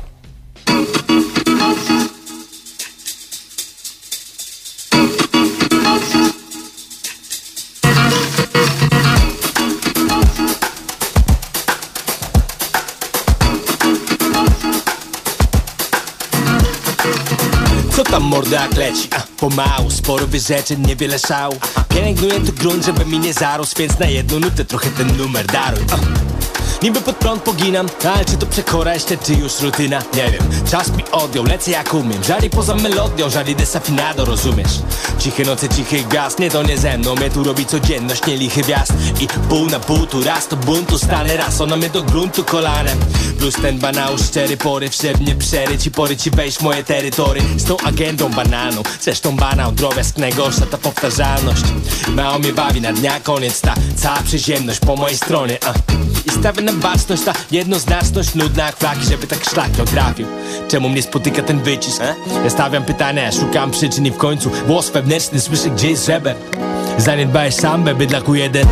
Co tam morda jak leci? A, pomału, sporo wyrzeczeń, niewiele szału. Pielęgnuję tu grunt, żeby mi nie zarósł, więc na jedną nutę trochę ten numer daruj. A. Niby pod prąd poginam, ale czy to przekora jeszcze, czy już rutyna? Nie wiem, czas mi odjął, lecę jak umiem. Żali poza melodią, żali desafinado, rozumiesz? Ciche noce, cichy gaz, nie to nie ze mną. Mnie tu robi codzienność, nie lichy wjazd. I pół na pół, tu raz to buntu stanę, raz ona mnie do gruntu kolanem. Plus ten banał, szczery poryw, szef mnie przeryć i pory ci wejść w moje terytory. Z tą agendą banalną. Zresztą banał, drobiazg najgorsza ta powtarzalność. Mało mnie bawi na dnia koniec ta cała przyziemność po mojej stronie, a. I stawię na baczność ta jednoznaczność nudna jak flaki, żeby tak szlak ją trafił. Czemu mnie spotyka ten wycisk? E? Ja stawiam pytania, szukam przyczyn i w końcu głos wewnętrzny słyszę, gdzie jest żeber. Zaniedbałeś sambę, bydlaku jeden.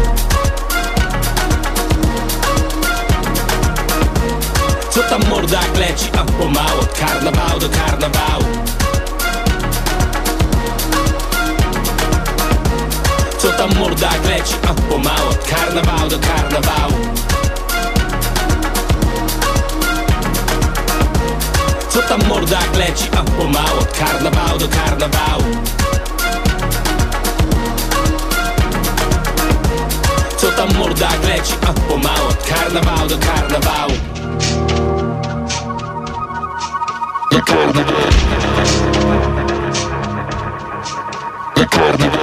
Co tam mordak leci, a pomału od karnawału do karnawału. Co tam mordak leci, a pomału od karnawału do karnawału. Co tam mordak leci, a pomału od karnawału do karnawału. Co tam mordak leci, a pomału od karnawału do karnawału. Do karnawału. Do karnawału.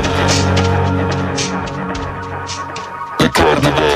Do karnawału.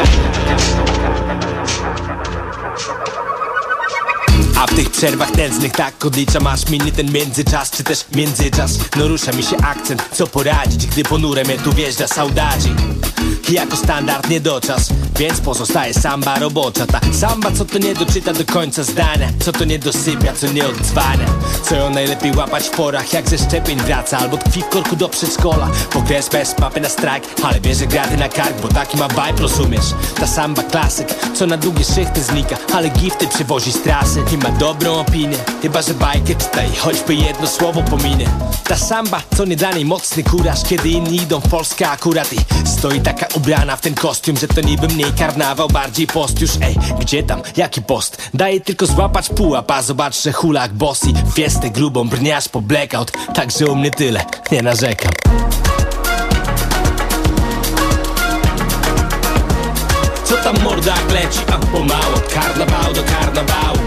A w tych przerwach tętnych tak odliczam aż minie ten międzyczas, czy też międzyczas. No rusza mi się akcent, co poradzić, gdy ponure mnie tu wjeżdża saudadzi. Jako standard nie doczas, więc pozostaje samba robocza. Ta samba, co to nie doczyta do końca zdania, co to nie dosypia, co nie odzwania. Co ją najlepiej łapać w porach, jak ze szczepień wraca, albo tkwi w korku do przedszkola. Pokres bez mapy na strajk, ale bierze graty na kark, bo taki ma vibe, rozumiesz? Ta samba klasyk, co na długie szychty znika, ale gifty przywozi z trasy i ma dobrą opinię. Chyba że bajkę czytaj, choćby jedno słowo pominę. Ta samba, co nie dla niej mocny kuraż, kiedy inni idą w Polskę akurat i stoi taka ubrana w ten kostium, że to niby mniej karnawał, bardziej post już. Ej, gdzie tam, jaki post? Daje tylko złapać pułap, a zobacz, że hulak bossy fiestę grubą brniasz po blackout. Także u mnie tyle, nie narzekam. Co tam mordak leci, a pomału od karnawału do karnawału.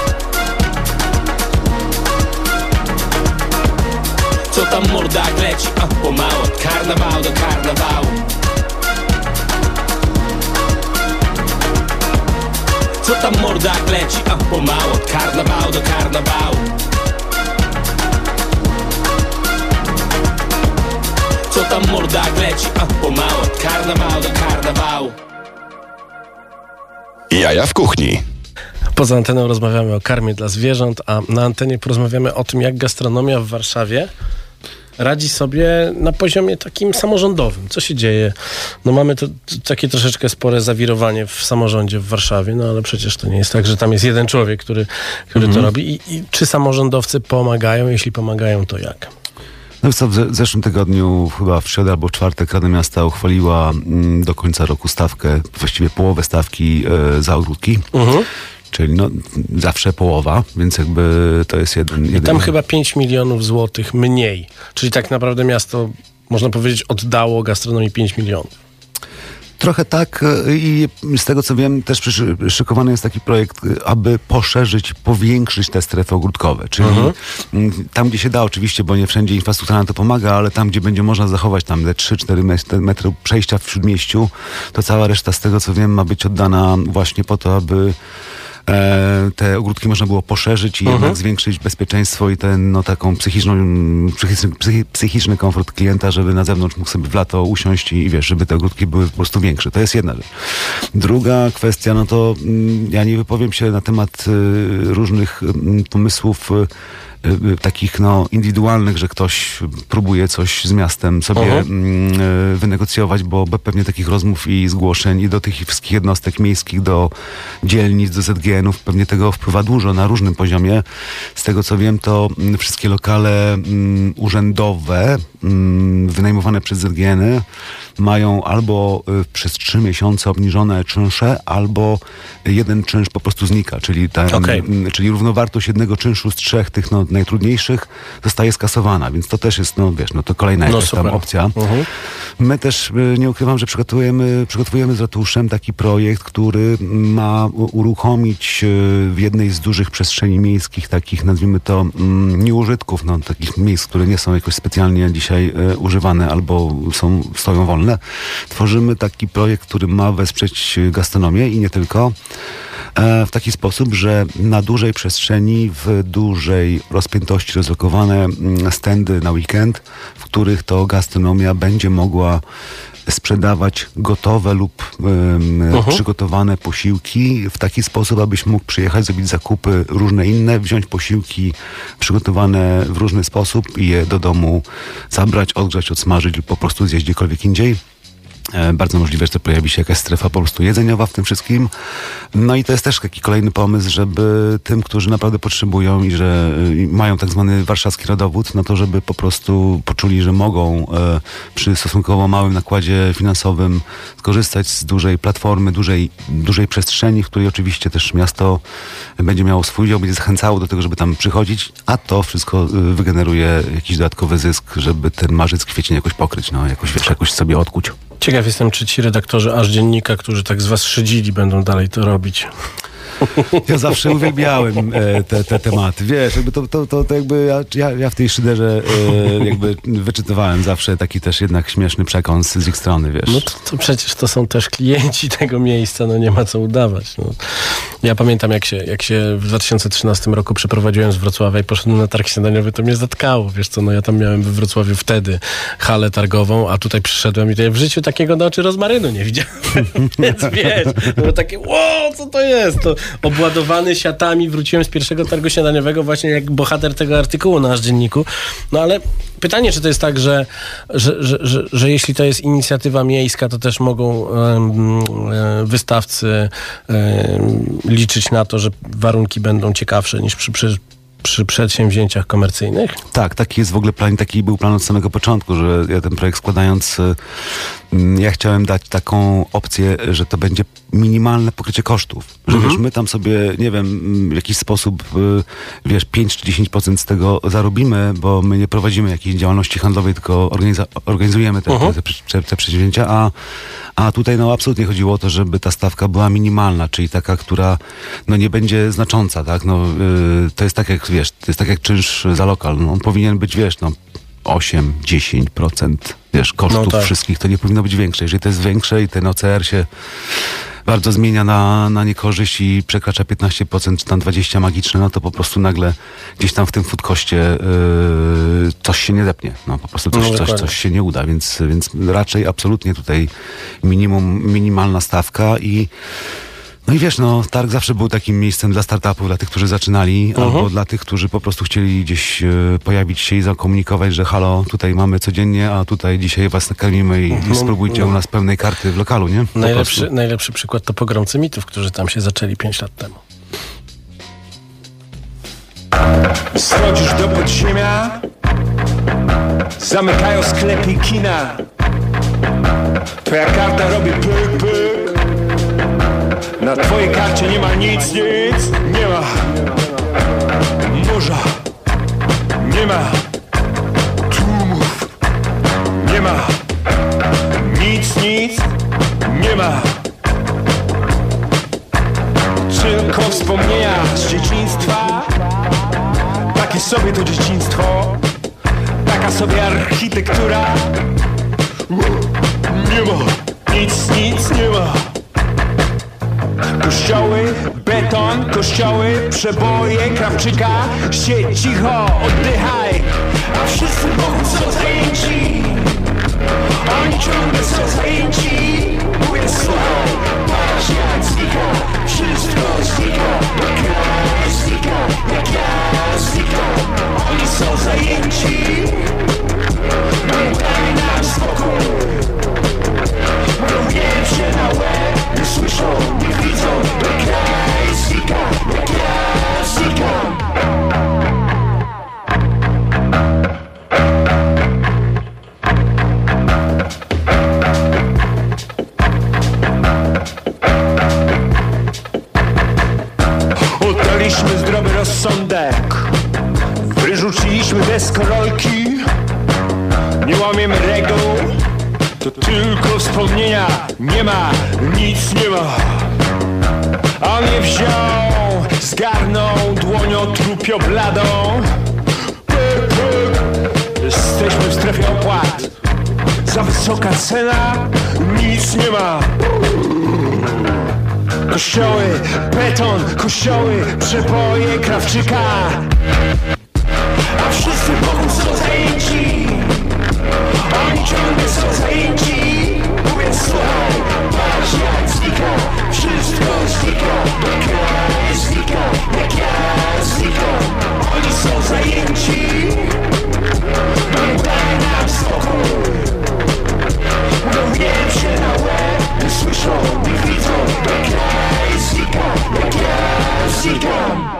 Co tam mordak leci, a pomału od karnawału do karnawału. Co tam mordak leci, a pomału od karnawału do karnawału. Co tam mordak leci, a pomału od karnawału do karnawału. Jaja w kuchni. Poza anteną rozmawiamy o karmie dla zwierząt, a na antenie porozmawiamy o tym, jak gastronomia w Warszawie radzi sobie na poziomie takim samorządowym. Co się dzieje? No mamy to, to takie troszeczkę spore zawirowanie w samorządzie w Warszawie, no ale przecież to nie jest tak, że tam jest jeden człowiek, który, który mhm. to robi. I, I czy samorządowcy pomagają? Jeśli pomagają, to jak? No co, w, w zeszłym tygodniu, chyba w środę albo w czwartek, Rada Miasta uchwaliła mm, do końca roku stawkę, właściwie połowę stawki e, za ogródki. Mhm. Czyli no, zawsze połowa, więc jakby to jest jeden... jeden... I tam chyba pięć milionów złotych mniej. Czyli tak naprawdę miasto, można powiedzieć, oddało gastronomii pięć milionów. Trochę tak i z tego co wiem też szykowany jest taki projekt, aby poszerzyć, powiększyć te strefy ogródkowe, czyli mhm. tam gdzie się da oczywiście, bo nie wszędzie infrastruktura na to pomaga, ale tam gdzie będzie można zachować tam te trzy cztery metry przejścia w śródmieściu, to cała reszta z tego co wiem ma być oddana właśnie po to, aby E, te ogródki można było poszerzyć i uh-huh. jednak zwiększyć bezpieczeństwo i ten, no, taką psychiczną, psychiczny, psychi, psychiczny komfort klienta, żeby na zewnątrz mógł sobie w lato usiąść i, i wiesz, żeby te ogródki były po prostu większe. To jest jedna rzecz. Druga kwestia, no to mm, ja nie wypowiem się na temat y, różnych y, pomysłów y, takich no indywidualnych, że ktoś próbuje coś z miastem sobie uh-huh. wynegocjować, bo pewnie takich rozmów i zgłoszeń i do tych wszystkich jednostek miejskich, do dzielnic, do zet gie enów pewnie tego wpływa dużo na różnym poziomie. Z tego co wiem, to wszystkie lokale um, urzędowe um, wynajmowane przez zet gie eny mają albo y, przez trzy miesiące obniżone czynsze, albo jeden czynsz po prostu znika, czyli, ten, okay. y, czyli równowartość jednego czynszu z trzech tych no, najtrudniejszych zostaje skasowana, więc to też jest, no wiesz, no to kolejna jakaś no, tam opcja. Uh-huh. My też, y, nie ukrywam, że przygotowujemy, przygotowujemy z ratuszem taki projekt, który ma uruchomić y, w jednej z dużych przestrzeni miejskich, takich nazwijmy to y, nieużytków, no takich miejsc, które nie są jakoś specjalnie dzisiaj y, używane albo są, stoją wolne. Tworzymy taki projekt, który ma wesprzeć gastronomię i nie tylko. w taki sposób, że na dużej przestrzeni, w dużej rozpiętości rozlokowane stędy na weekend, w których to gastronomia będzie mogła sprzedawać gotowe lub um, uh-huh. przygotowane posiłki w taki sposób, abyś mógł przyjechać, zrobić zakupy różne inne, wziąć posiłki przygotowane w różny sposób i je do domu zabrać, odgrzać, odsmażyć lub po prostu zjeść gdziekolwiek indziej. Bardzo możliwe, że to pojawi się jakaś strefa po prostu jedzeniowa w tym wszystkim. No i to jest też taki kolejny pomysł, żeby tym, którzy naprawdę potrzebują i że mają tak zwany warszawski rodowód, no to żeby po prostu poczuli, że mogą e, przy stosunkowo małym nakładzie finansowym skorzystać z dużej platformy, dużej, dużej przestrzeni, w której oczywiście też miasto będzie miało swój udział, będzie zachęcało do tego, żeby tam przychodzić, a to wszystko wygeneruje jakiś dodatkowy zysk, żeby ten marzec, kwiecień jakoś pokryć, no jakoś, wiesz, jakoś sobie odkuć. Ciekaw jestem, czy ci redaktorzy Aż Dziennika, którzy tak z was szydzili, będą dalej to robić. Ja zawsze uwielbiałem e, te, te tematy. Wiesz, jakby to, to, to, to jakby ja, ja w tej szyderze e, jakby wyczytywałem zawsze taki też jednak śmieszny przekąs z ich strony, wiesz. No to, to przecież to są też klienci tego miejsca, no nie ma co udawać. No. Ja pamiętam, jak się, jak się w dwa tysiące trzynastym roku przeprowadziłem z Wrocławia i poszedłem na targ śniadaniowy, to mnie zatkało, wiesz co, no ja tam miałem we Wrocławiu wtedy halę targową, a tutaj przyszedłem i tutaj w życiu takiego na oczy rozmarynu nie widziałem. Więc wiesz, no takie, wow, co to jest? To obładowany siatami wróciłem z pierwszego targu śniadaniowego właśnie jak bohater tego artykułu na Aż Dzienniku. No ale pytanie, czy to jest tak, że, że, że, że, że jeśli to jest inicjatywa miejska, to też mogą um, wystawcy um, liczyć na to, że warunki będą ciekawsze niż przy, przy przy przedsięwzięciach komercyjnych? Tak, taki jest w ogóle plan, taki był plan od samego początku, że ja ten projekt składając, ja chciałem dać taką opcję, że to będzie minimalne pokrycie kosztów. Że mhm. wiesz, my tam sobie, nie wiem, w jakiś sposób, wiesz, pięć czy dziesięć procent z tego zarobimy, bo my nie prowadzimy jakiejś działalności handlowej, tylko organiza- organizujemy te, mhm. te, te, te przedsięwzięcia, a, a tutaj no absolutnie chodziło o to, żeby ta stawka była minimalna, czyli taka, która no nie będzie znacząca, tak? No, yy, to jest tak jak, wiesz, to jest tak jak czynsz za lokal. No, on powinien być, wiesz, no osiem do dziesięciu procent, wiesz, kosztów no tak. wszystkich, to nie powinno być większe. Jeżeli to jest większe i ten O C R się bardzo zmienia na, na niekorzyść i przekracza piętnaście procent czy tam dwadzieścia procent magiczne, no to po prostu nagle gdzieś tam w tym food koście yy, coś się nie zepnie. No po prostu coś, no, coś, coś się nie uda, więc, więc raczej absolutnie tutaj minimum, minimalna stawka i no i wiesz, no targ zawsze był takim miejscem dla startupów, dla tych, którzy zaczynali, uh-huh. albo dla tych, którzy po prostu chcieli gdzieś e, pojawić się i zakomunikować, że halo, tutaj mamy codziennie, a tutaj dzisiaj was nakarmimy i, uh-huh. i spróbujcie uh-huh. u nas pełnej karty w lokalu, nie? Najlepszy, najlepszy przykład to Pogromcy Mitów, którzy tam się zaczęli pięć lat temu. Schodzisz do podziemia, zamykają sklepy i kina, twoja karta robi pyk, pyk. Na twojej karcie nie ma nic, nic, nie ma morza, nie ma tłumów, nie ma nic, nic, nie ma tylko wspomnienia z dzieciństwa. Takie sobie to dzieciństwo, taka sobie architektura. Nie ma nic, nic, nie ma. Kościoły, beton, kościoły, przeboje, Krawczyka. Siedź cicho, oddychaj, a wszyscy wokół są zajęci. Oni ciągle są zajęci. Mówię, słuchaj, patrz jak znika, wszystko znika. Jak ja znika, jak ja znikam. Oni są zajęci. Daj nam spokój. Równie się na łeb, nie słyszą, nie widzą. Jak ja znika, jak ja znikam. Oddaliśmy zdrowy rozsądek, wyrzuciliśmy deskorolki. Nie łamiemy reguł, to tylko wspomnienia. Nie ma, nic nie ma. A on je wziął, zgarnął dłonią trupio bladą. Pyk, pyk. Jesteśmy w strefie opłat. Za wysoka cena, nic nie ma. kościoły, beton, kościoły, przeboje Krawczyka. A wszyscy wokół są zajęci, oni ciągle są zajęci. Mówiąc słuchaj, patrz jak znika, wszystko znika, jak ja znika, jak ja znikam. Oni są zajęci, nie daj nam spokój. Mówią nie się na łeb, nie słyszą, nie widzą, jak ja znikam, jak ja znikam.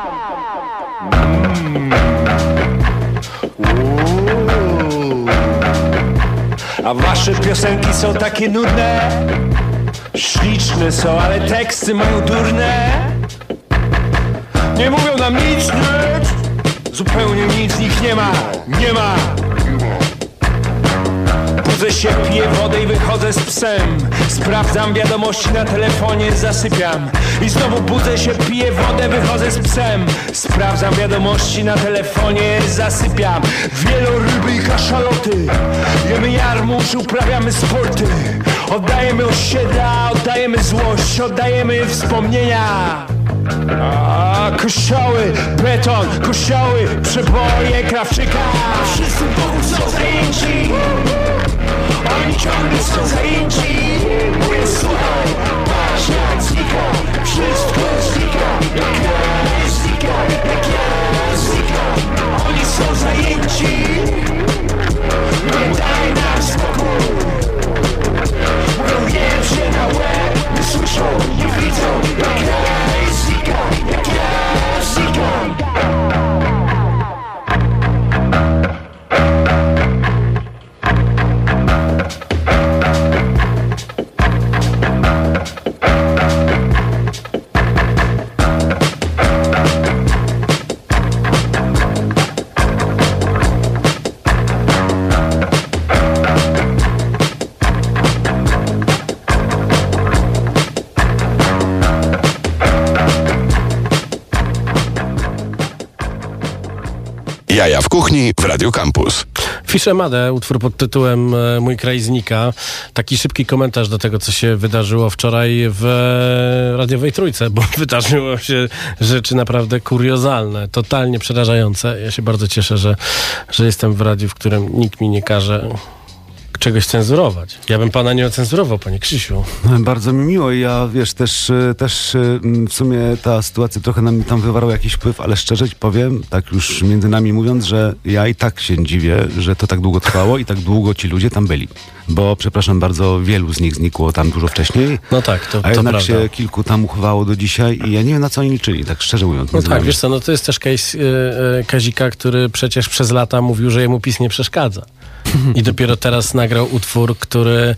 A wasze piosenki są takie nudne, śliczne są, ale teksty mają durne. Nie mówią nam nic, nic, zupełnie nic, nikt nie ma, nie ma. Budzę się, piję wodę i wychodzę z psem. Sprawdzam wiadomości na telefonie, zasypiam. I znowu budzę się, piję wodę, wychodzę z psem. Sprawdzam wiadomości na telefonie, zasypiam. Wieloryby i kaszaloty, jemy jarmuż, uprawiamy sporty. Oddajemy osiedla, oddajemy złość, oddajemy wspomnienia. A kościoły, beton, kościoły, przeboje Krawczyka. Wszyscy wokół są zajęci, oni ciągle są zajęci. Mówię słuchaj, patrz jak znika, wszystko znika, jak ja znika, jak ja znika. Oni są zajęci, nie daj nam spokój. Mówią jem się na łeb, nie słyszą, nie widzą, jak ja znika, jak ja znikam. Jaja w kuchni w Radiu Campus. Fiszemadę, utwór pod tytułem Mój kraj znika. Taki szybki komentarz do tego, co się wydarzyło wczoraj w radiowej Trójce, bo wydarzyło się rzeczy naprawdę kuriozalne, totalnie przerażające. Ja się bardzo cieszę, że, że jestem w radiu, w którym nikt mi nie każe czegoś cenzurować. Ja bym pana nie ocenzurował, panie Krzysiu. Bardzo mi miło i ja, wiesz, też, też w sumie ta sytuacja trochę na mnie tam wywarła jakiś wpływ, ale szczerze ci powiem, tak już między nami mówiąc, że ja i tak się dziwię, że to tak długo trwało i tak długo ci ludzie tam byli. Bo, przepraszam bardzo, wielu z nich znikło tam dużo wcześniej. No tak, to, a jednak to się prawda. kilku tam uchowało do dzisiaj i ja nie wiem, na co oni liczyli, tak szczerze mówiąc. No tak, nami. Wiesz co, no to jest też case yy, Kazika, który przecież przez lata mówił, że jemu PiS nie przeszkadza. I dopiero teraz nagrał utwór, który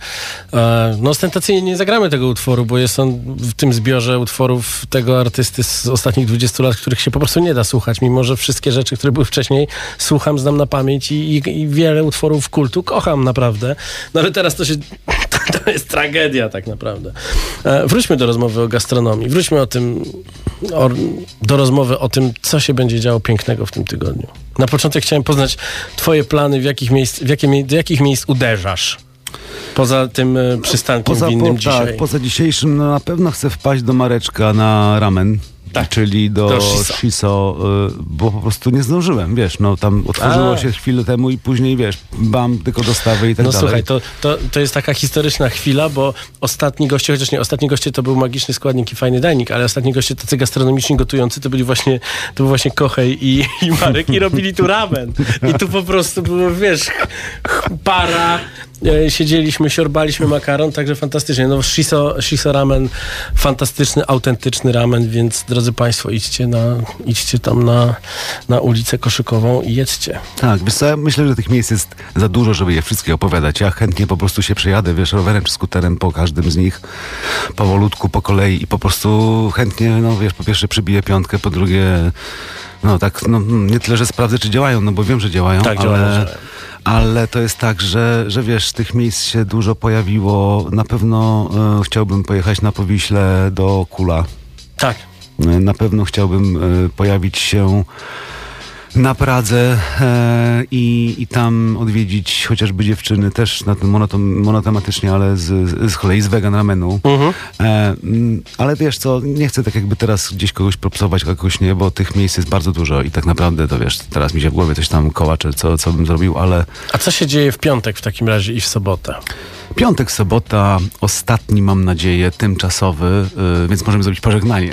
e, no ostentacyjnie nie zagramy tego utworu, bo jest on w tym zbiorze utworów tego artysty z ostatnich dwudziestu lat, których się po prostu nie da słuchać, mimo że wszystkie rzeczy, które były wcześniej, słucham, znam na pamięć i, i, i wiele utworów kultu kocham naprawdę. No ale teraz to się to jest tragedia tak naprawdę. E, wróćmy do rozmowy o gastronomii. Wróćmy o tym o, do rozmowy o tym, co się będzie działo pięknego w tym tygodniu. Na początek chciałem poznać twoje plany, w jakich miejsc, w jakie, do jakich miejsc uderzasz. Poza tym y, przystankiem poza, winnym po, dzisiaj. Tak, poza dzisiejszym no, na pewno chcę wpaść do Mareczka na ramen. Tak, czyli do, do Shiso, shiso y, bo po prostu nie zdążyłem, wiesz, no tam otworzyło A. się chwilę temu i później, wiesz, bam, tylko dostawy i tak no, dalej. No słuchaj, to, to, to jest taka historyczna chwila, bo ostatni goście, chociaż nie, ostatni goście to był magiczny składnik i fajny dajnik, ale ostatni goście tacy gastronomiczni gotujący to byli właśnie, to był właśnie Kochej i, i Marek i robili tu ramen. I tu po prostu było, wiesz, para, e, siedzieliśmy, siorbaliśmy makaron, także fantastycznie. No shiso, shiso ramen, fantastyczny, autentyczny ramen, więc drodzy państwo, idźcie, na, idźcie tam na, na ulicę Koszykową i jedzcie. Tak, wiesz co, ja myślę, że tych miejsc jest za dużo, żeby je wszystkie opowiadać. Ja chętnie po prostu się przejadę, wiesz, rowerem czy skuterem po każdym z nich, powolutku, po kolei i po prostu chętnie, no wiesz, po pierwsze przybiję piątkę, po drugie, no tak, no nie tyle, że sprawdzę, czy działają, no bo wiem, że działają, tak, ale... działają. Ale to jest tak, że, że wiesz, tych miejsc się dużo pojawiło. Na pewno e, chciałbym pojechać na Powiśle do Kula. Tak. E, na pewno chciałbym e, pojawić się na Pradze e, i, i tam odwiedzić chociażby dziewczyny też na tym monotom, monotematycznie, ale z, z, z kolei z vegan ramenu. Mhm. E, ale wiesz co, nie chcę tak jakby teraz gdzieś kogoś propsować, kogoś nie, bo tych miejsc jest bardzo dużo i tak naprawdę to wiesz, teraz mi się w głowie coś tam kołacze, co, co bym zrobił, ale... A co się dzieje w piątek w takim razie i w sobotę? Piątek, sobota, ostatni mam nadzieję, tymczasowy, yy, więc możemy zrobić pożegnanie.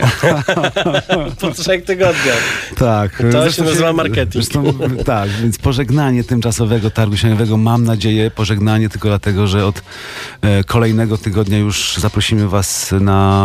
Po trzech tygodniach. Tak. To zresztą się nazywa marketing. Zresztą, tak, więc pożegnanie tymczasowego targu śniadaniowego, mam nadzieję, pożegnanie tylko dlatego, że od e, kolejnego tygodnia już zaprosimy was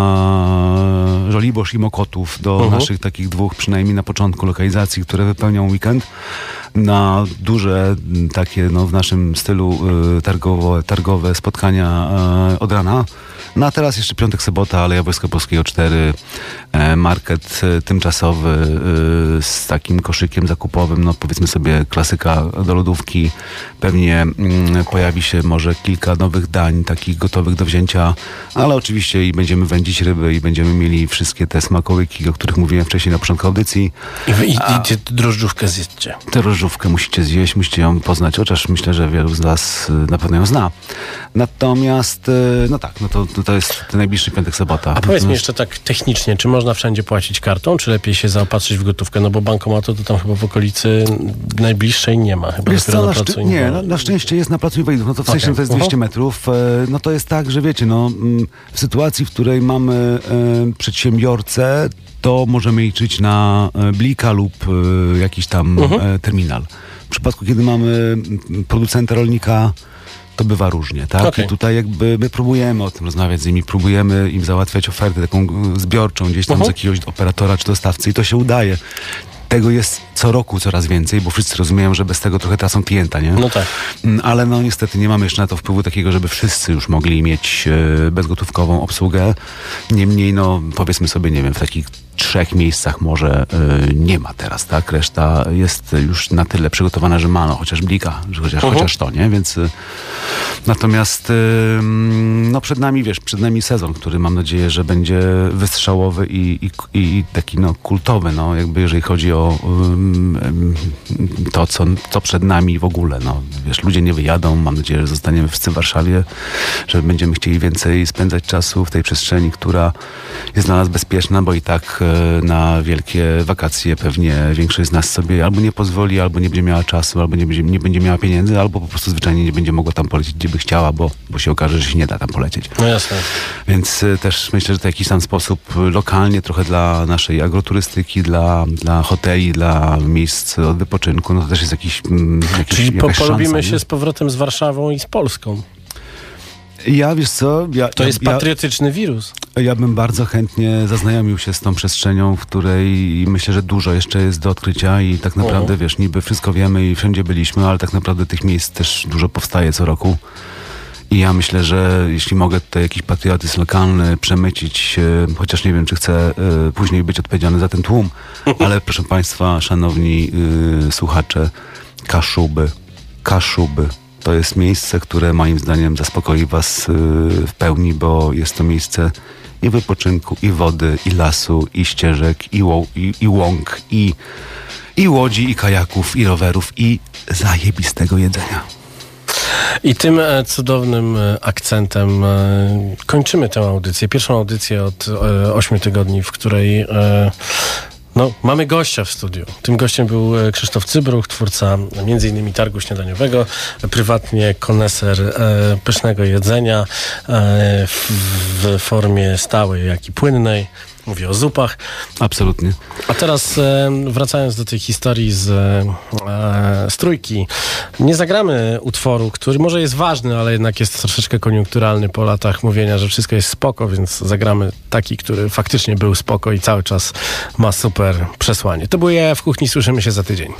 na Żoliborz i Mokotów do uh-huh. naszych takich dwóch, przynajmniej na początku, lokalizacji, które wypełnią weekend. Na duże takie, no w naszym stylu y, targowo, targowe spotkania y, od rana. No a teraz jeszcze piątek, sobota, Aleja Wojska Polskiego cztery, e, market e, tymczasowy e, z takim koszykiem zakupowym, no powiedzmy sobie klasyka do lodówki. Pewnie mm, pojawi się może kilka nowych dań, takich gotowych do wzięcia, ale oczywiście i będziemy wędzić ryby i będziemy mieli wszystkie te smakołyki, o których mówiłem wcześniej na początku audycji. I wy idziecie drożdżówkę zjedźcie. Tę drożdżówkę musicie zjeść, musicie ją poznać, chociaż myślę, że wielu z was na pewno ją zna. Natomiast, no tak, no to, to, to jest ten najbliższy piątek, sobota. A powiedz mi jeszcze tak technicznie, czy można wszędzie płacić kartą, czy lepiej się zaopatrzyć w gotówkę? No bo bankomatu to tam chyba w okolicy najbliższej nie ma. Chyba Wiesz co, na, na, placu szczy- nie, na, na szczęście jest na placu inwalidów. No to w sensie okay. to jest dwieście uh-huh. metrów. No to jest tak, że wiecie, no w sytuacji, w której mamy e, przedsiębiorcę, to możemy liczyć na blika lub e, jakiś tam uh-huh. e, terminal. W przypadku, kiedy mamy producenta rolnika, to bywa różnie, tak? Okay. I tutaj jakby my próbujemy o tym rozmawiać z nimi, próbujemy im załatwiać ofertę taką zbiorczą gdzieś tam uh-huh. z jakiegoś operatora czy dostawcy i to się udaje. Tego jest co roku coraz więcej, bo wszyscy rozumieją, że bez tego trochę tracą klienta, nie? No tak. Ale no niestety nie mamy jeszcze na to wpływu takiego, żeby wszyscy już mogli mieć e, bezgotówkową obsługę. Niemniej, no powiedzmy sobie, nie wiem, w takich trzech miejscach może y, nie ma teraz, tak? Reszta jest już na tyle przygotowana, że ma, no chociaż blika, że chociaż, uh-huh. chociaż to, nie? Więc y, natomiast y, no przed nami, wiesz, przed nami sezon, który mam nadzieję, że będzie wystrzałowy i, i, i taki no kultowy, no jakby jeżeli chodzi o y, y, to, co, co przed nami w ogóle, no wiesz, ludzie nie wyjadą, mam nadzieję, że zostaniemy wszyscy w Warszawie, że będziemy chcieli więcej spędzać czasu w tej przestrzeni, która jest dla nas bezpieczna, bo i tak na wielkie wakacje pewnie większość z nas sobie albo nie pozwoli, albo nie będzie miała czasu, albo nie będzie, nie będzie miała pieniędzy, albo po prostu zwyczajnie nie będzie mogła tam polecieć, gdzie by chciała, bo, bo się okaże, że się nie da tam polecieć. No jasne. Więc też myślę, że to w jakiś tam sposób lokalnie trochę dla naszej agroturystyki, dla, dla hoteli, dla miejsc od wypoczynku, no to też jest jakiś, jakiś Czyli po, polubimy szansa, się nie? z powrotem z Warszawą i z Polską. Ja, wiesz co... Ja, to ja, jest patriotyczny ja, wirus. Ja bym bardzo chętnie zaznajomił się z tą przestrzenią, w której myślę, że dużo jeszcze jest do odkrycia i tak naprawdę, o. wiesz, niby wszystko wiemy i wszędzie byliśmy, ale tak naprawdę tych miejsc też dużo powstaje co roku. I ja myślę, że jeśli mogę tutaj jakiś patriotyzm lokalny przemycić, e, chociaż nie wiem, czy chcę e, później być odpowiedzialny za ten tłum, ale proszę Państwa, szanowni e, słuchacze, Kaszuby, Kaszuby. To jest miejsce, które moim zdaniem zaspokoi was yy, w pełni, bo jest to miejsce i wypoczynku, i wody, i lasu, i ścieżek, i, ło- i, i łąk, i, i łodzi, i kajaków, i rowerów, i zajebistego jedzenia. I tym e, cudownym e, akcentem e, kończymy tę audycję. Pierwszą audycję od e, ośmiu tygodni, w której... E, No, mamy gościa w studiu. Tym gościem był Krzysztof Cybruch, twórca między innymi targu śniadaniowego, prywatnie koneser e, pysznego jedzenia e, w, w formie stałej, jak i płynnej. Mówię o zupach. Absolutnie. A teraz e, wracając do tej historii z, e, z trójki, nie zagramy utworu, który może jest ważny, ale jednak jest troszeczkę koniunkturalny po latach mówienia, że wszystko jest spoko, więc zagramy taki, który faktycznie był spoko i cały czas ma super przesłanie. To było Ja w kuchni, słyszymy się za tydzień.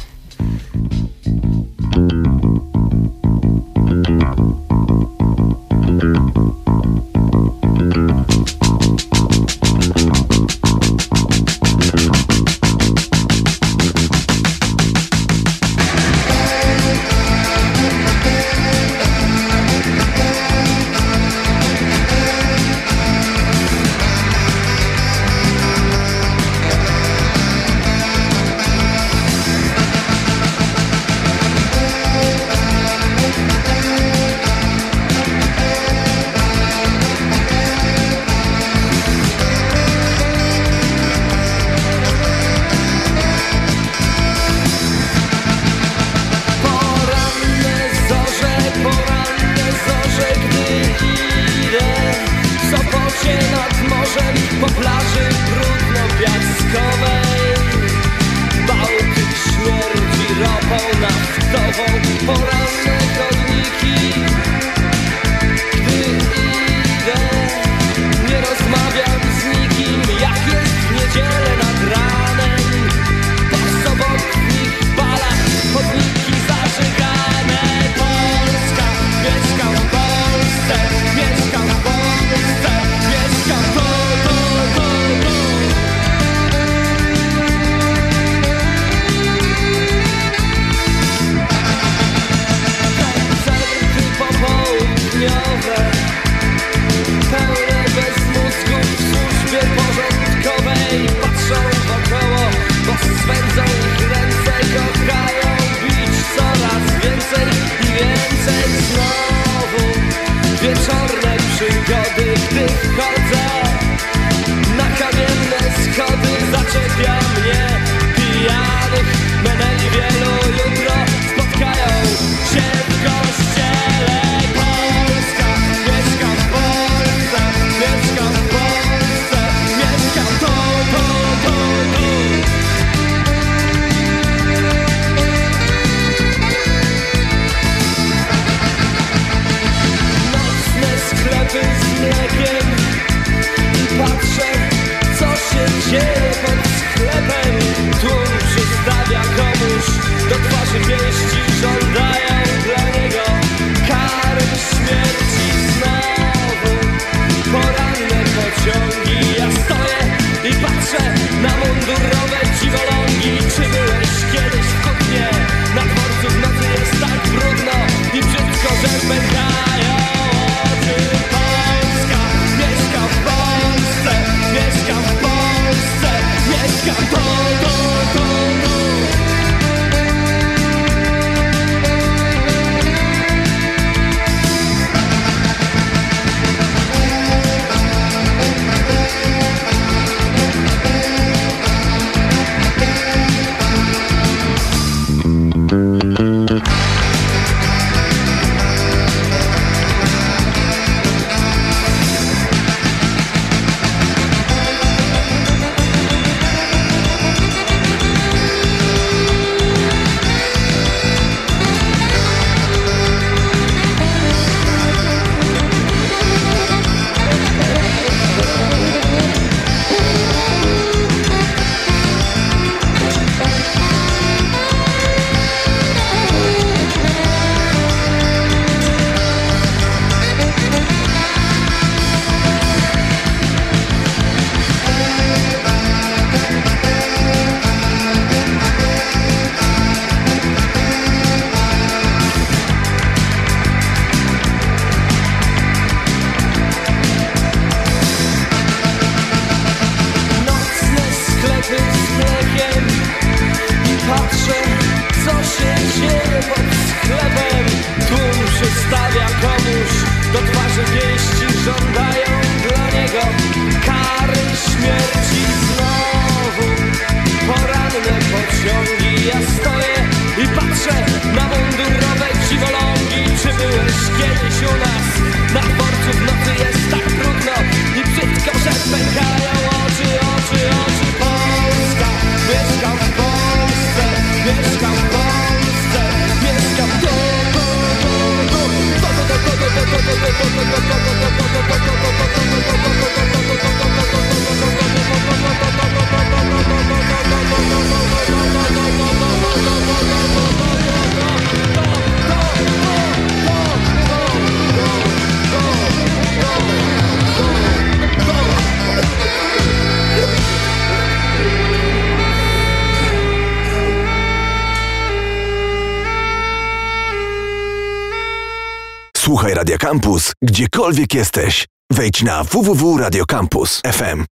Słuchaj Radio Campus, gdziekolwiek jesteś. Wejdź na w w w kropka radio campus kropka f m.